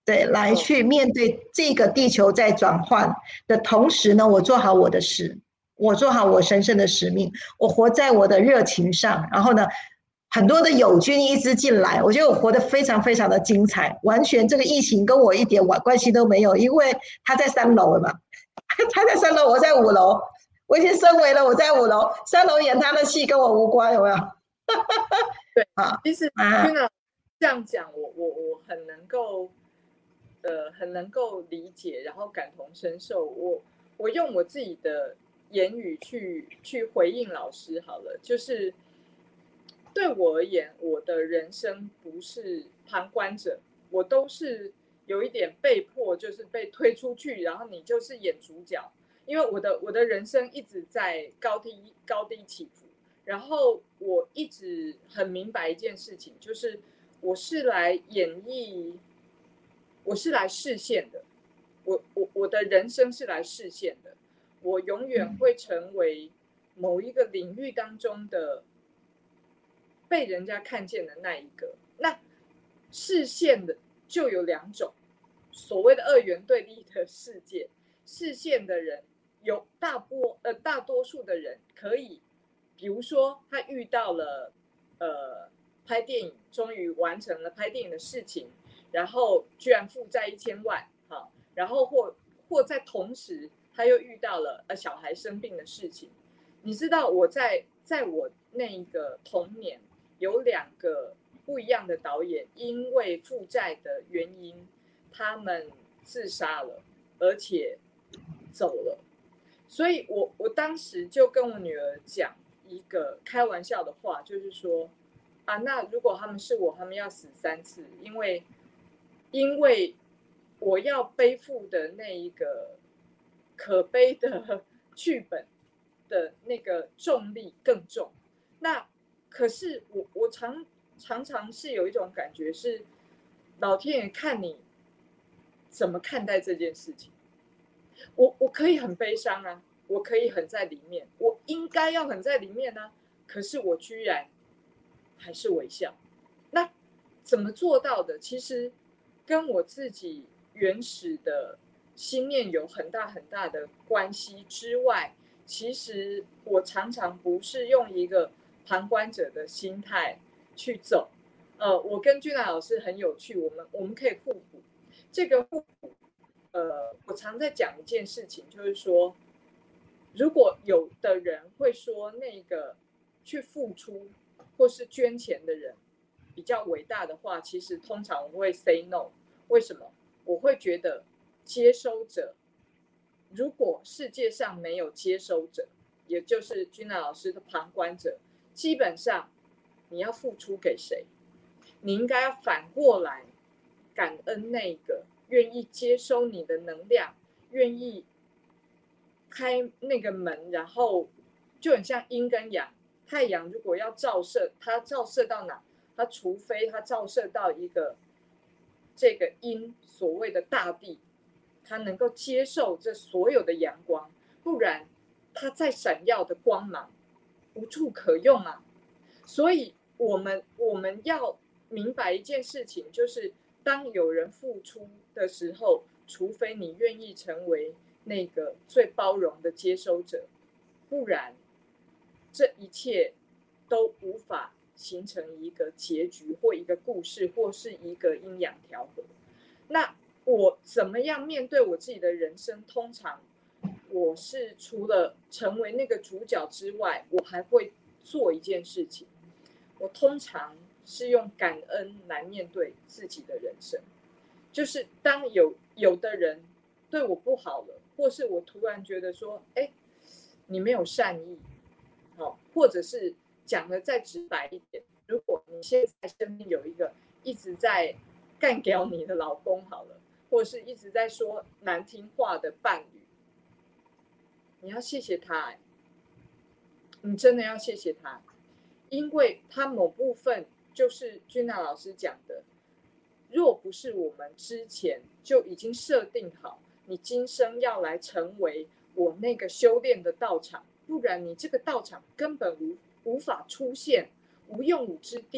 对，来去面对这个地球在转换的同时呢，我做好我的事，我做好我神圣的使命，我活在我的热情上，然后呢，很多的友军一直进来，我觉得我活得非常非常的精彩，完全这个疫情跟我一点关系都没有，因为他在三楼嘛，他在三楼，我在五楼，我已经升为了我在五楼，三楼演他的戏跟我无关，有没有？ 对， 啊， 其实君娜这样讲，我我我很能够。呃，很能够理解，然后感同身受。我我用我自己的言语去去回应老师好了，就是对我而言，我的人生不是旁观者，我都是有一点被迫，就是被推出去，然后你就是演主角。因为我的我的人生一直在高低高低起伏，然后我一直很明白一件事情，就是我是来演绎。我是来实现的，我我我的人生是来实现的，我永远会成为某一个领域当中的被人家看见的那一个。那视线的就有两种，所谓的二元对立的世界，视线的人有大波呃大多数的人可以，比如说他遇到了呃拍电影，终于完成了拍电影的事情。然后居然负债一千万，好，然后或或在同时他又遇到了呃小孩生病的事情。你知道我在在我那个童年有两个不一样的导演，因为负债的原因，他们自杀了，而且走了。所以我我当时就跟我女儿讲一个开玩笑的话，就是说啊，那如果他们是我，他们要死三次，因为。因为我要背负的那一个可悲的剧本的那个重力更重。那可是我我常常常是有一种感觉是，老天爷看你怎么看待这件事情。我我可以很悲伤啊，我可以很在里面，我应该要很在里面啊，可是我居然还是微笑。那怎么做到的？其实。跟我自己原始的心念有很大很大的关系之外，其实我常常不是用一个旁观者的心态去走。呃，我跟君娜老师很有趣，我们我们可以互补。这个互补，呃，我常在讲一件事情，就是说，如果有的人会说那个去付出或是捐钱的人。比较伟大的话，其实通常我会 say no。为什么？我会觉得接收者，如果世界上没有接收者，也就是君娜老师的旁观者，基本上你要付出给谁？你应该要反过来感恩那个愿意接收你的能量，愿意开那个门，然后就很像阴跟阳。太阳如果要照射，它照射到哪？它除非它照射到一个这个阴所谓的大地，它能够接受这所有的阳光，不然它再闪耀的光芒无处可用啊。所以我们我们要明白一件事情，就是当有人付出的时候，除非你愿意成为那个最包容的接收者，不然这一切都无法形成一个结局或一个故事或是一个阴阳调和。那我怎么样面对我自己的人生？通常我是除了成为那个主角之外，我还会做一件事情，我通常是用感恩来面对自己的人生。就是当有有的人对我不好了，或是我突然觉得说，哎，你没有善意，好，或者是讲的再直白一点，如果你现在身边有一个一直在干掉你的老公好了，或者是一直在说难听话的伴侣，你要谢谢他、欸，你真的要谢谢他，因为他某部分就是君娜老师讲的，若不是我们之前就已经设定好，你今生要来成为我那个修炼的道场，不然你这个道场根本无无法出现，无用武之地，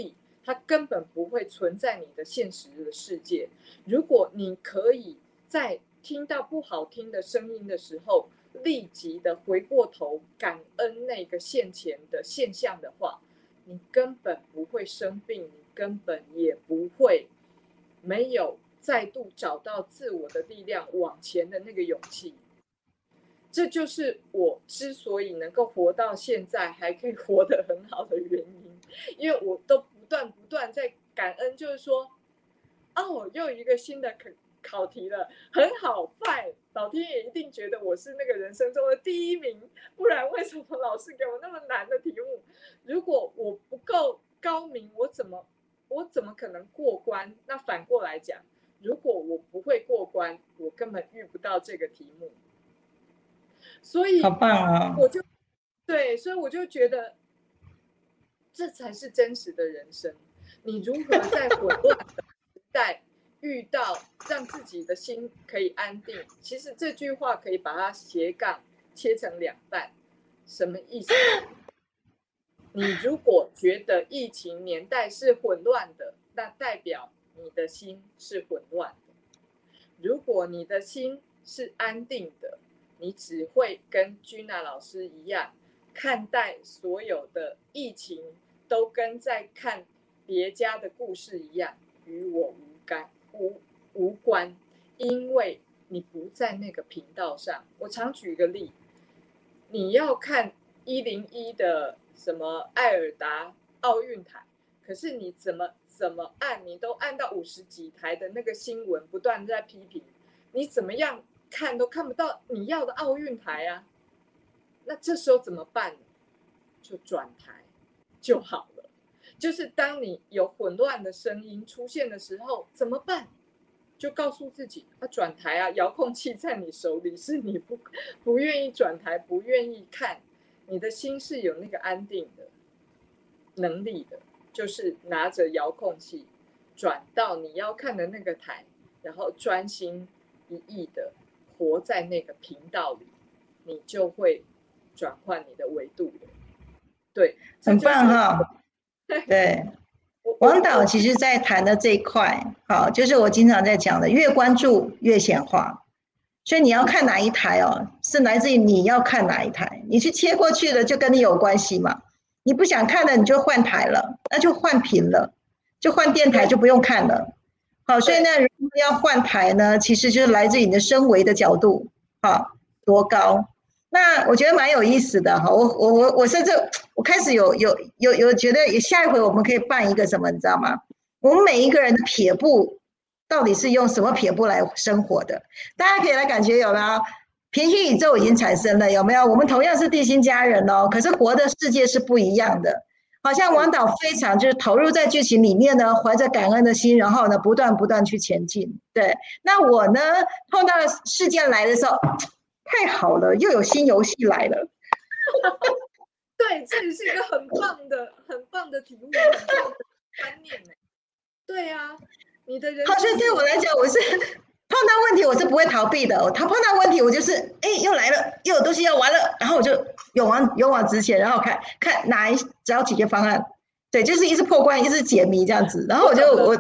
它根本不会存在你的现实的世界。如果你可以在听到不好听的声音的时候，立即的回过头感恩那个现前的现象的话，你根本不会生病，你根本也不会没有再度找到自我的力量往前的那个勇气。这就是我之所以能够活到现在还可以活得很好的原因，因为我都不断不断在感恩，就是说哦，又一个新的考题了，很好 fine， 老天爷一定觉得我是那个人生中的第一名，不然为什么老师给我那么难的题目？如果我不够高明，我怎么我怎么可能过关？那反过来讲，如果我不会过关，我根本遇不到这个题目。所以好棒啊！ 我就对，所以我就觉得这才是真实的人生。你如何在混乱的时代遇到让自己的心可以安定？其实这句话可以把它斜杠切成两半，什么意思？你如果觉得疫情年代是混乱的，那代表你的心是混乱的。如果你的心是安定的，你只会跟 Gina 老师一样，看待所有的疫情都跟在看别家的故事一样，与我无干无无关，因为你不在那个频道上。我常举一个例，你要看一零一的什么艾尔达奥运台，可是你怎么怎么按，你都按到五十几台的那个新闻不断在批评，你怎么样看都看不到你要的奥运台啊。那这时候怎么办呢？就转台就好了。就是当你有混乱的声音出现的时候怎么办？就告诉自己啊，转台啊，遥控器在你手里，是你不不愿意转台，不愿意看，你的心是有那个安定的能力的，就是拿着遥控器转到你要看的那个台，然后专心一意的活在那个频道里，你就会转换你的维度的。对， 很棒哈、哦。对，王导其实在谈的这一块，好，就是我经常在讲的，越关注越显化。所以你要看哪一台哦，是来自于你要看哪一台，你去切过去的就跟你有关系嘛。你不想看的你就换台了，那就换屏了，就换电台就不用看了。好，所以呢，如果要换台呢，其实就是来自于你的升维的角度，好，多高。那我觉得蛮有意思的哈，我我我我甚至我开始有有有有觉得下一回我们可以办一个什么，你知道吗？我们每一个人的撇步到底是用什么撇步来生活的？大家可以来感觉有没有？平行宇宙已经产生了，有没有？我们同样是地心家人哦，可是活的世界是不一样的。好像王导非常就是投入在剧情里面呢，怀着感恩的心，然后呢不断不断去前进。对，那我呢碰到事件来的时候。太好了，又有新游戏来了。 对，这也是一个很棒的、很棒的题目，很棒的观念呢。对啊，你的人生。 好，所以对我来讲，我是碰到问题我是不会逃避的。他碰到问题，我就是哎，又来了，又有东西要玩了，然后我就勇往勇往直前，然后看看哪一找解决方案。对，就是一直破关，一直解谜这样子。然后我就我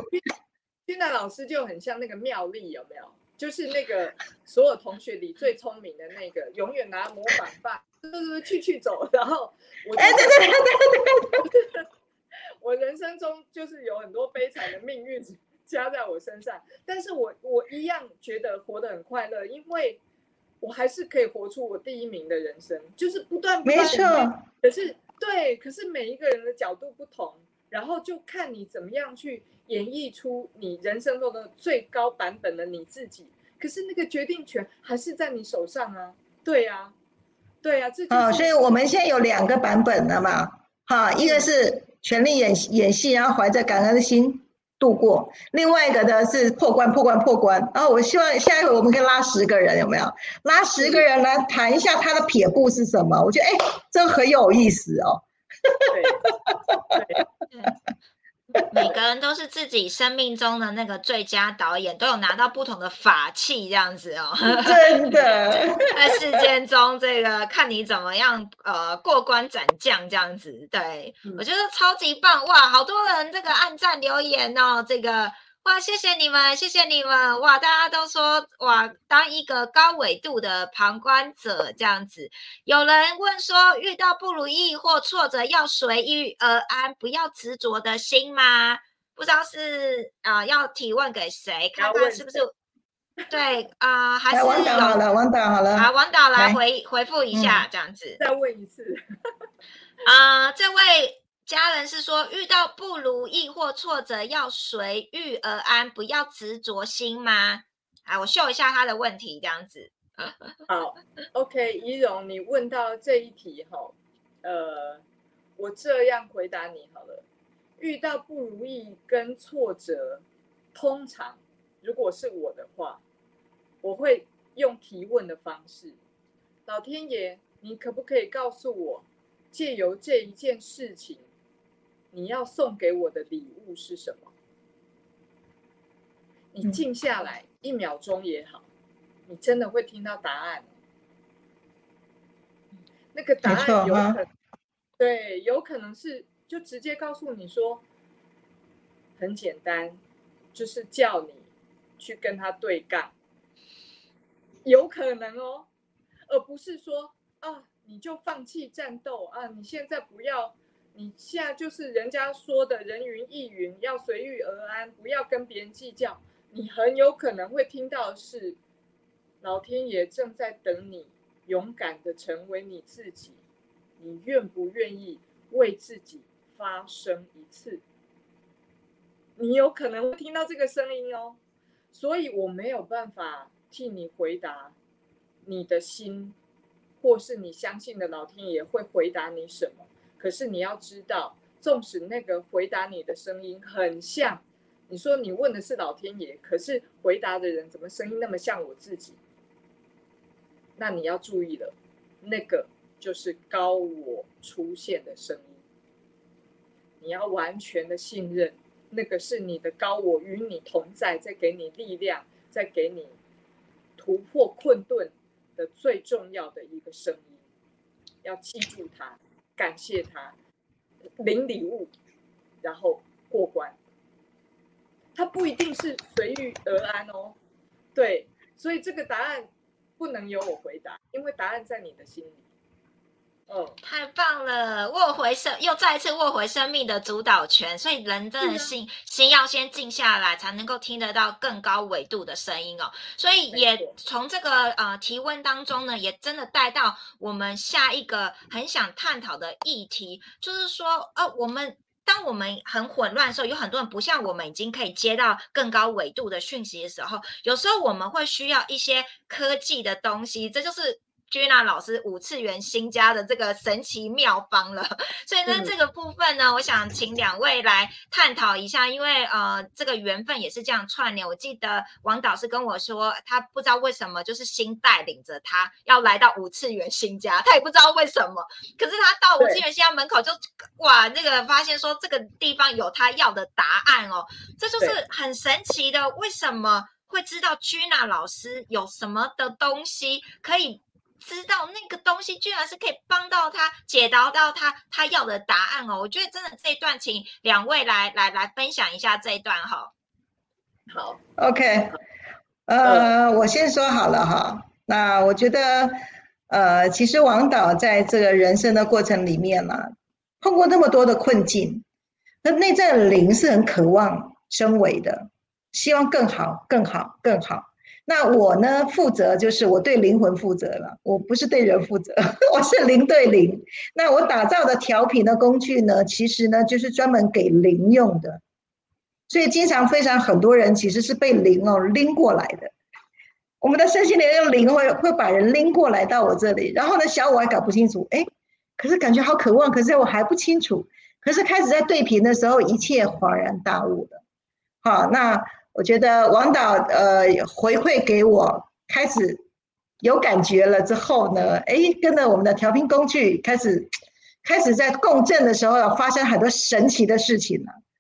Gina老师就很像那个妙丽，有没有？就是那个所有同学里最聪明的那个，永远拿模板棒，就是去去走。然后我， 哎，对对对对对， 我人生中就是有很多悲惨的命运加在我身上，但是我我一样觉得活得很快乐，因为我还是可以活出我第一名的人生，就是不断不断。 没错。 可是对，可是每一个人的角度不同，然后就看你怎么样去演绎出你人生中的最高版本的你自己，可是那个决定权还是在你手上啊。对啊，对啊，这就是。 哦，所以我们现在有两个版本了嘛，哈，一个是全力演演戏，然后怀着感恩的心度过；另外一个呢是破关、破关、破关。然后我希望下一回我们可以拉十个人，有没有？拉十个人来谈一下他的撇步是什么？我觉得哎，这很有意思哦。 对。对每个个人都是自己生命中的那个最佳导演，都有拿到不同的法器这样子哦。 真的， 在世间中，这个看你怎么样呃过关斩将这样子。对、嗯、我觉得超级棒哇！好多人这个按赞留言哦，这个哇，谢谢你们，谢谢你们哇！大家都说哇，当一个高纬度的旁观者这样子。有人问说，遇到不如意或挫折要随遇而安，不要执着的心吗？不知道是啊、呃，要提问给谁？看看是不是？对啊、呃，还是有王导好了，王导好了， 好，王导来回回复一下、嗯，这样子。 再问一次。 啊、呃，这位家人是说，遇到不如意或挫折要随遇而安，不要执着心吗？啊，我秀一下他的问题，这样子。 好 ，OK， 怡蓉，你问到这一题哈，呃，我这样回答你好了。遇到不如意跟挫折，通常如果是我的话，我会用提问的方式，老天爷，你可不可以告诉我，借由这一件事情，你要送给我的礼物是什么？你静下来一秒钟也好，你真的会听到答案。那个答案有可能，对，有可能是就直接告诉你说，很简单，就是叫你去跟他对杠，有可能哦，而不是说啊，你就放弃战斗啊，你现在不要，你现在就是人家说的人云亦云，要随遇而安，不要跟别人计较。你很有可能会听到的是，老天爷正在等你勇敢的成为你自己，你愿不愿意为自己发声一次？你有可能会听到这个声音哦，所以我没有办法替你回答你的心，或是你相信的老天爷会回答你什么。可是你要知道，纵使那个回答你的声音很像，你说你问的是老天爷，可是回答的人怎么声音那么像我自己？那你要注意了，那个就是高我出现的声音。你要完全的信任，那个是你的高我与你同在，在给你力量，在给你突破困顿的最重要的一个声音。要记住它，感谢它，领礼物，然后过关。它不一定是随遇而安哦，对，所以这个答案不能由我回答，因为答案在你的心里。嗯， 太棒了，握回生又再一次握回生命的主导权，所以人真的心、啊、心要先静下来，才能够听得到更高纬度的声音哦。所以也从这个呃提问当中呢，也真的带到我们下一个很想探讨的议题，就是说，呃，我们。当我们很混乱的时候，有很多人不像我们已经可以接到更高纬度的讯息的时候，有时候我们会需要一些科技的东西，这就是Gina 老师五次元新家的这个神奇妙方了。所以呢，这个部分呢，我想请两位来探讨一下，因为呃，这个缘分也是这样串联。我记得王导师跟我说，他不知道为什么就是心带领着他要来到五次元新家，他也不知道为什么，可是他到五次元新家门口就哇，那个发现说这个地方有他要的答案哦，这就是很神奇的。为什么会知道 Gina 老师有什么的东西可以？知道那个东西居然是可以帮到他解答到他他要的答案哦，我觉得真的这一段请两位来来来分享一下这一段哈。 好 ，OK， 呃，我先说好了哈。那我觉得，呃，其实王导在这个人生的过程里面嘛，碰过那么多的困境，那内在的灵是很渴望升维的，希望更好、更好、更好。那我呢，负责就是我对灵魂负责了，我不是对人负责，我是灵对灵。那我打造的调频的工具呢，其实呢就是专门给灵用的，所以经常非常很多人其实是被灵哦拎过来的。我们的身心灵用灵会会把人拎过来到我这里，然后呢，小我还搞不清楚，哎，可是感觉好渴望，可是我还不清楚，可是开始在对频的时候，一切恍然大悟了。好，那。我觉得王导呃回馈给我，开始有感觉了之后呢，哎，跟着我们的调频工具开始开始在共振的时候，发生很多神奇的事情了。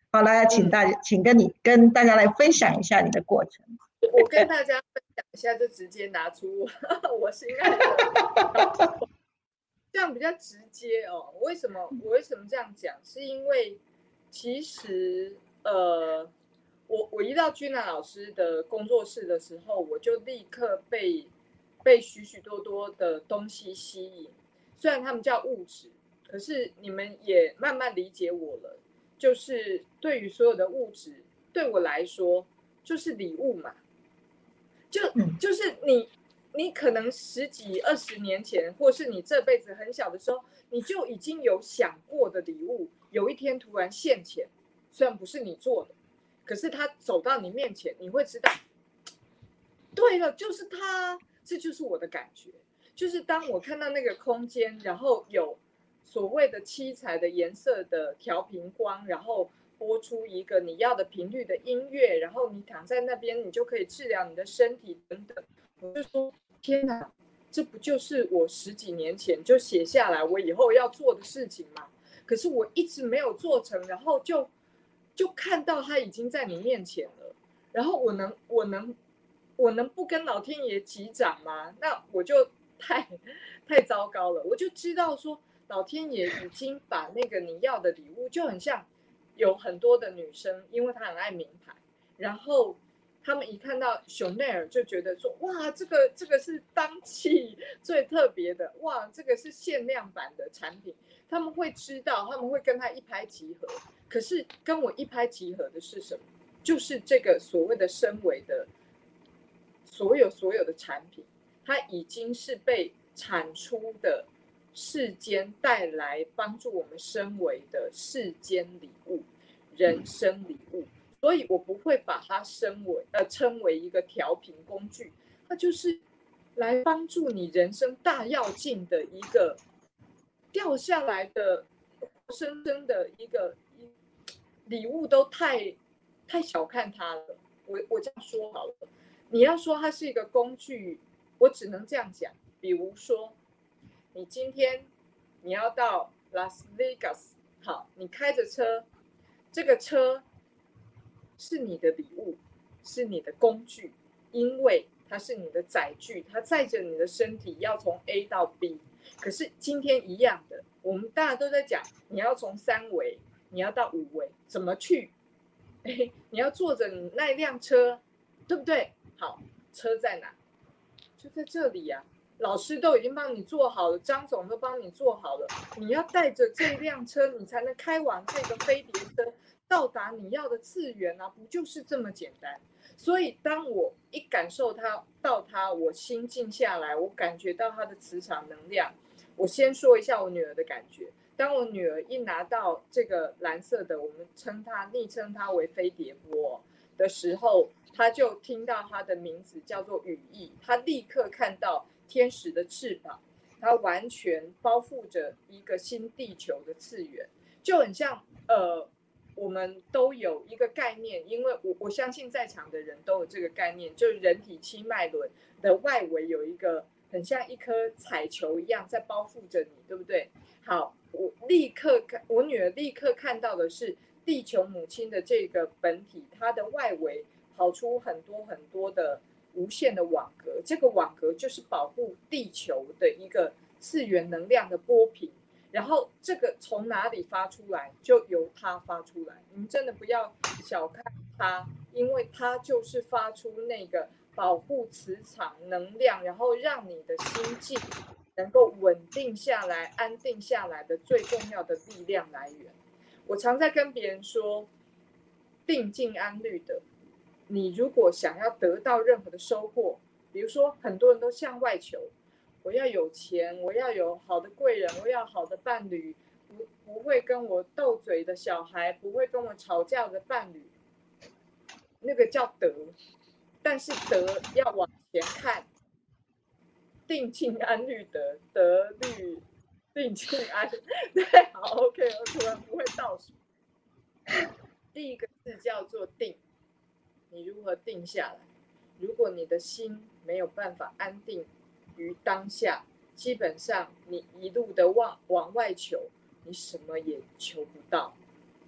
好，来，请大家，请跟你跟大家来分享一下你的过程。 我跟大家分享一下，就直接拿出我心爱的，这样比较直接哦。为什么我为什么这样讲？是因为其实呃，我我一到君娜老师的工作室的时候，我就立刻被被许许多多的东西吸引。虽然他们叫物质，可是你们也慢慢理解我了。就是对于所有的物质，对我来说就是礼物嘛。就就是你，你可能十几二十年前，或是你这辈子很小的时候，你就已经有想过的礼物，有一天突然现前，虽然不是你做的，可是他走到你面前，你会知道，对了，就是他，这就是我的感觉。就是当我看到那个空间，然后有所谓的七彩的颜色的调频光，然后播出一个你要的频率的音乐，然后你躺在那边，你就可以治疗你的身体等等。我就说，天哪，这不就是我十几年前就写下来我以后要做的事情吗？可是我一直没有做成，然后就就看到它已经在你面前了，然后我能我能我能不跟老天爷击掌吗？那我就太太糟糕了。我就知道说，老天爷已经把那个你要的礼物，就很像有很多的女生，因为她很爱名牌，然后他们一看到香奈儿就觉得说，哇，这个这个是当季最特别的，哇，这个是限量版的产品，他们会知道，他们会跟他一拍即合。可是跟我一拍即合的是什么？就是这个所谓的身维的所有所有的产品，它已经是被产出的世间带来帮助我们身维的世间礼物、人生礼物。所以我不会把它称为呃称为一个调频工具，它就是来帮助你人生大跃进的一个掉下来的活生生的一个礼物，都太太小看它了。我我这样说好了，你要说它是一个工具，我只能这样讲。比如说，你今天你要到拉斯维加斯，好，你开着车，这个车是你的礼物，是你的工具，因为它是你的载具，它载着你的身体要从 A 到 B。可是今天一样的，我们大家都在讲，你要从三维，你要到五维，怎么去？哎，你要坐着你那辆车，对不对？好，车在哪？就在这里呀、啊。老师都已经帮你做好了，张总都帮你做好了，你要带着这辆车，你才能开往这个飞碟车，到达你要的次元啊，不就是这么简单？所以当我一感受它到它，我心静下来，我感觉到它的磁场能量。我先说一下我女儿的感觉。当我女儿一拿到这个蓝色的，我们称它昵称它为飞碟波的时候，她就听到她的名字叫做羽翼，她立刻看到天使的翅膀，它完全包覆着一个新地球的次元，就很像呃，我们都有一个概念，因为我我相信在场的人都有这个概念，就是人体七脉轮的外围有一个很像一颗彩球一样在包覆着你，对不对？好，我立刻看，我女儿立刻看到的是地球母亲的这个本体，它的外围跑出很多很多的无限的网格，这个网格就是保护地球的一个次元能量的波频。然后这个从哪里发出来，就由它发出来。你们真的不要小看它，因为它就是发出那个保护磁场能量，然后让你的心境能够稳定下来、安定下来的最重要的力量来源。我常在跟别人说，定静安虑的。你如果想要得到任何的收获，比如说很多人都向外求，我要有钱，我要有好的贵人，我要好的伴侣，不不会跟我斗嘴的小孩，不会跟我吵架的伴侣，那个叫德。但是德要往前看，定静安虑德，德虑定静安。对，好 ，OK， 我突然不会倒数。第一个字叫做定，你如何定下来？如果你的心没有办法安定于当下，基本上你一路的往往外求，你什么也求不到。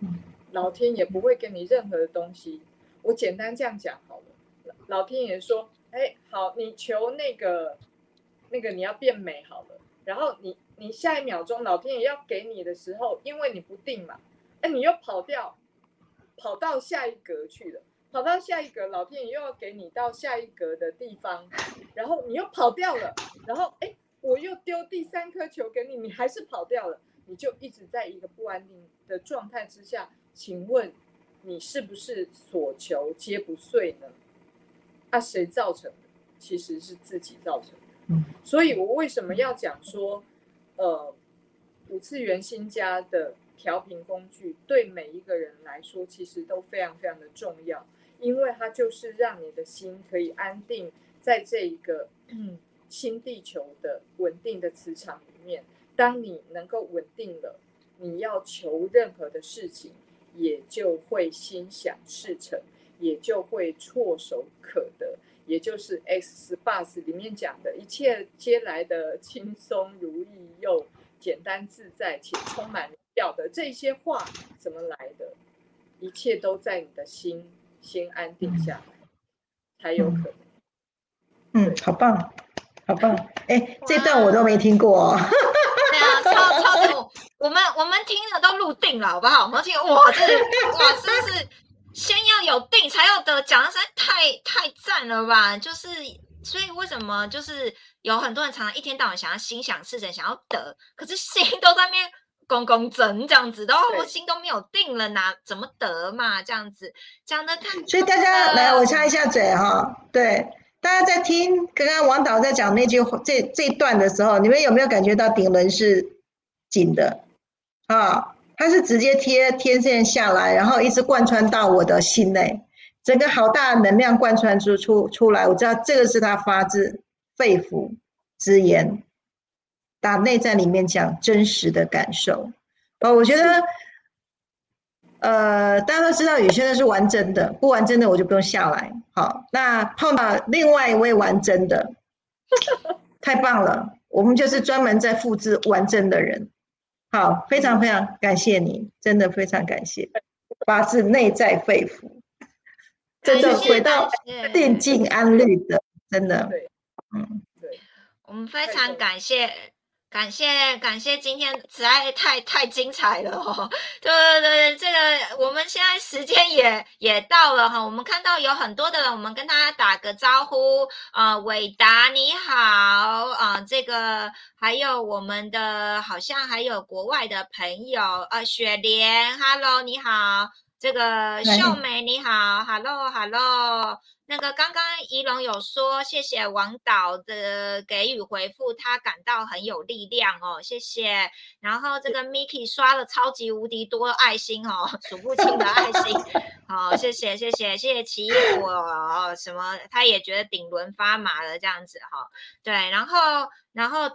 老天爷不会给你任何的东西。我简单这样讲好了，老天爷说，哎，好，你求那个那个你要变美好了，然后你你下一秒钟老天爷要给你的时候，因为你不定嘛，哎，你又跑掉，跑到下一格去了，跑到下一格，老天爷又要给你到下一格的地方，然后你又跑掉了，然后哎，我又丢第三颗球给你，你还是跑掉了，你就一直在一个不安定的状态之下，请问你是不是所求皆不遂呢？啊，谁造成的？其实是自己造成的。嗯，所以我为什么要讲说，呃，五次元新家的调频工具对每一个人来说，其实都非常非常的重要，因为它就是让你的心可以安定在这一个嗯新地球的稳定的磁场里面。当你能够稳定了，你要求任何的事情，也就会心想事成，也就会唾手可得，也就是 X 十八 里面讲的一切皆来的轻松如意又简单自在且充满料的这些话怎么来的？一切都在你的心先安定下来，才有可能。 嗯，好棒，好棒！哎，这段我都没听过哦。 对啊，超超的，我们我们听了都录定了，好不好？我们听，哇，这哇，真是先要有定才有得奖，实在太太赞了吧！就是，所以为什么就是有很多人常常一天到晚想要心想事成，想要得，可是心都在那边公公整这样子，然后我心都没有定了，哪怎么得嘛？这样子讲的太， 所以大家来，我插一下嘴哈，对。大家在听刚刚王导在讲那句这这段的时候，你们有没有感觉到顶轮是紧的啊？它是直接贴天线下来，然后一直贯穿到我的心内，整个好大的能量贯穿出出出来。我知道这个是他发自肺腑之言，打内在里面讲真实的感受。哦，我觉得。呃，大家都知道宇轩的是玩真的，不玩真的我就不用下来。好，那碰到另外一位玩真的，太棒了！我们就是专门在复制玩真的人。好，非常非常感谢你，真的非常感谢，发自内在肺腑，真的回到定静安律的，真的， 嗯，对，我们非常感谢。感谢感谢，今天实在太太精彩了哦！对对对，这个我们现在时间也也到了哈，我们看到有很多的人，我们跟大家打个招呼。呃，伟达你好啊、呃，这个还有我们的好像还有国外的朋友，呃，雪莲 ，Hello 你好，这个秀梅你好 ，Hello Hello。那个刚刚怡龙有说，谢谢王导的给予回复，他感到很有力量哦，谢谢。然后这个 Miki 刷了超级无敌多爱心哦，数不清的爱心，好、哦，谢谢谢谢谢谢奇异果哦，什么他也觉得顶轮发麻了这样子哈、哦，对，然后然后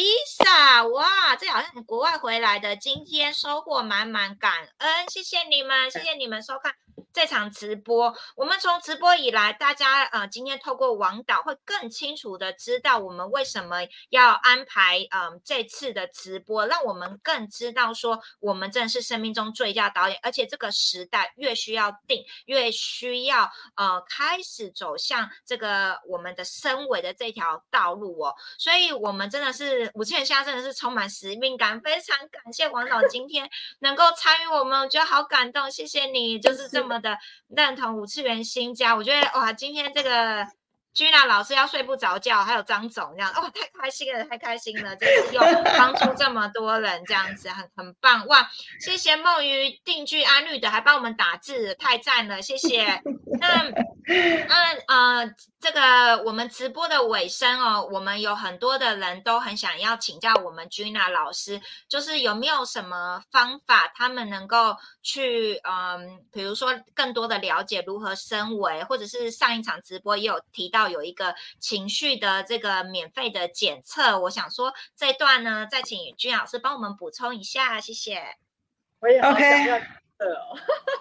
Teresa 哇，这好像国外回来的，今天收获满满，感恩，谢谢你们，谢谢你们收看这场直播。我们从直播以来，大家呃今天透过王导会更清楚的知道我们为什么要安排嗯、呃、这次的直播，让我们更知道说我们真的是生命中最佳导演，而且这个时代越需要定，越需要呃开始走向这个我们的升维的这条道路哦。所以我们真的是五次元现在真的是充满使命感，非常感谢王导今天能够参与我们，我觉得好感动，谢谢你，就是这么的认同五次元新家。我觉得哇，今天这个Gina老师要睡不着觉，还有张总这样，哦，太开心了，太开心了，就是又帮助这么多人这样子，很很棒哇！谢谢梦鱼定居安律的，还帮我们打字，太赞了，谢谢。那那呃，这个我们直播的尾声哦，我们有很多的人都很想要请教我们 Gina 老师，就是有没有什么方法，他们能够去嗯，比如说更多的了解如何升维，或者是上一场直播也有提到有一个情绪的这个免费的检测，我想说这一段呢，再请Gina老师帮我们补充一下，谢谢。 我也好想要。哦、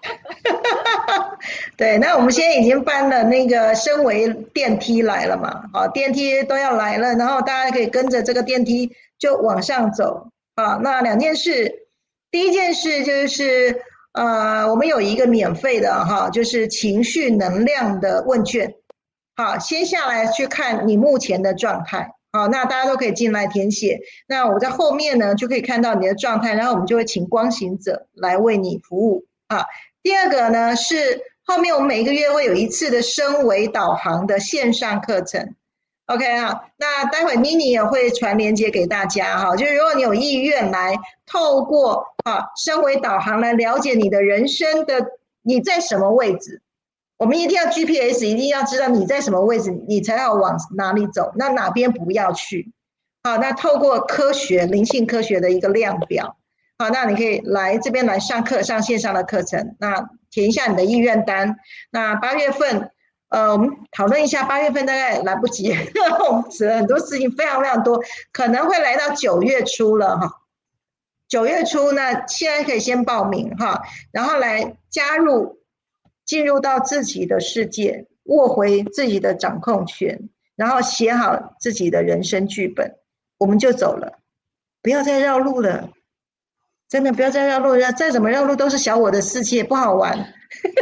对，那我们现在已经搬了那个升维电梯来了嘛，好，电梯都要来了，然后大家可以跟着这个电梯就往上走啊。那两件事，第一件事就是呃，我们有一个免费的哈，就是情绪能量的问卷。好，先下来去看你目前的状态。好，那大家都可以进来填写。那我在后面呢，就可以看到你的状态，然后我们就会请光行者来为你服务。啊，第二个呢是后面我们每一个月会有一次的升维导航的线上课程。OK 啊，那待会妮妮也会传连结给大家哈，就是如果你有意愿来透过啊升维导航来了解你的人生的你在什么位置。我们一定要 G P S， 一定要知道你在什么位置，你才要往哪里走，那哪边不要去。好，那透过科学灵性科学的一个量表，好，那你可以来这边来上课，上线上的课程，那填一下你的意愿单。那八月份呃我们讨论一下，八月份大概来不及我们指了很多事情，非常非常多，可能会来到九月初了哈。九月初那现在可以先报名哈，然后来加入进入到自己的世界，握回自己的掌控权，然后写好自己的人生剧本，我们就走了，不要再绕路了，真的不要再绕路了，再怎么绕路都是小我的世界，不好玩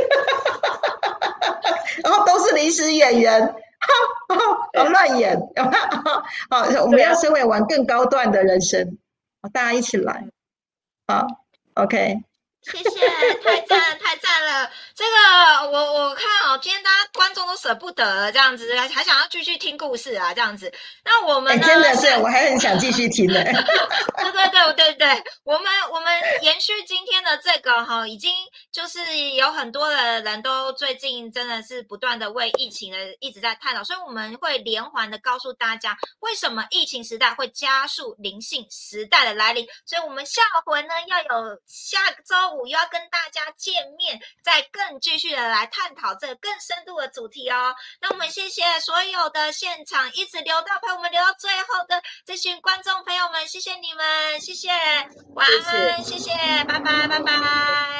然后都是临时演员好乱演好，我们要身为玩更高段的人生，大家一起来好 OK 谢谢，太赞了，太赞了！这个我我看哦，今天大家观众都舍不得了，这样子还想要继续听故事啊，这样子。那我们呢？ 欸、真的是，我还很想继续听呢。 对对对对对，我们我们延续今天的这个哈，已经就是有很多的人都最近真的是不断的为疫情的一直在探讨，所以我们会连环的告诉大家，为什么疫情时代会加速灵性时代的来临。所以我们下回呢要有下周五又要跟大家见面，再更继续的来探讨这个更深度的主题哦。那我们谢谢所有的现场一直留到陪我们留到最后的这群观众朋友们，谢谢你们，谢谢，晚安，谢谢，谢谢，拜拜，拜拜。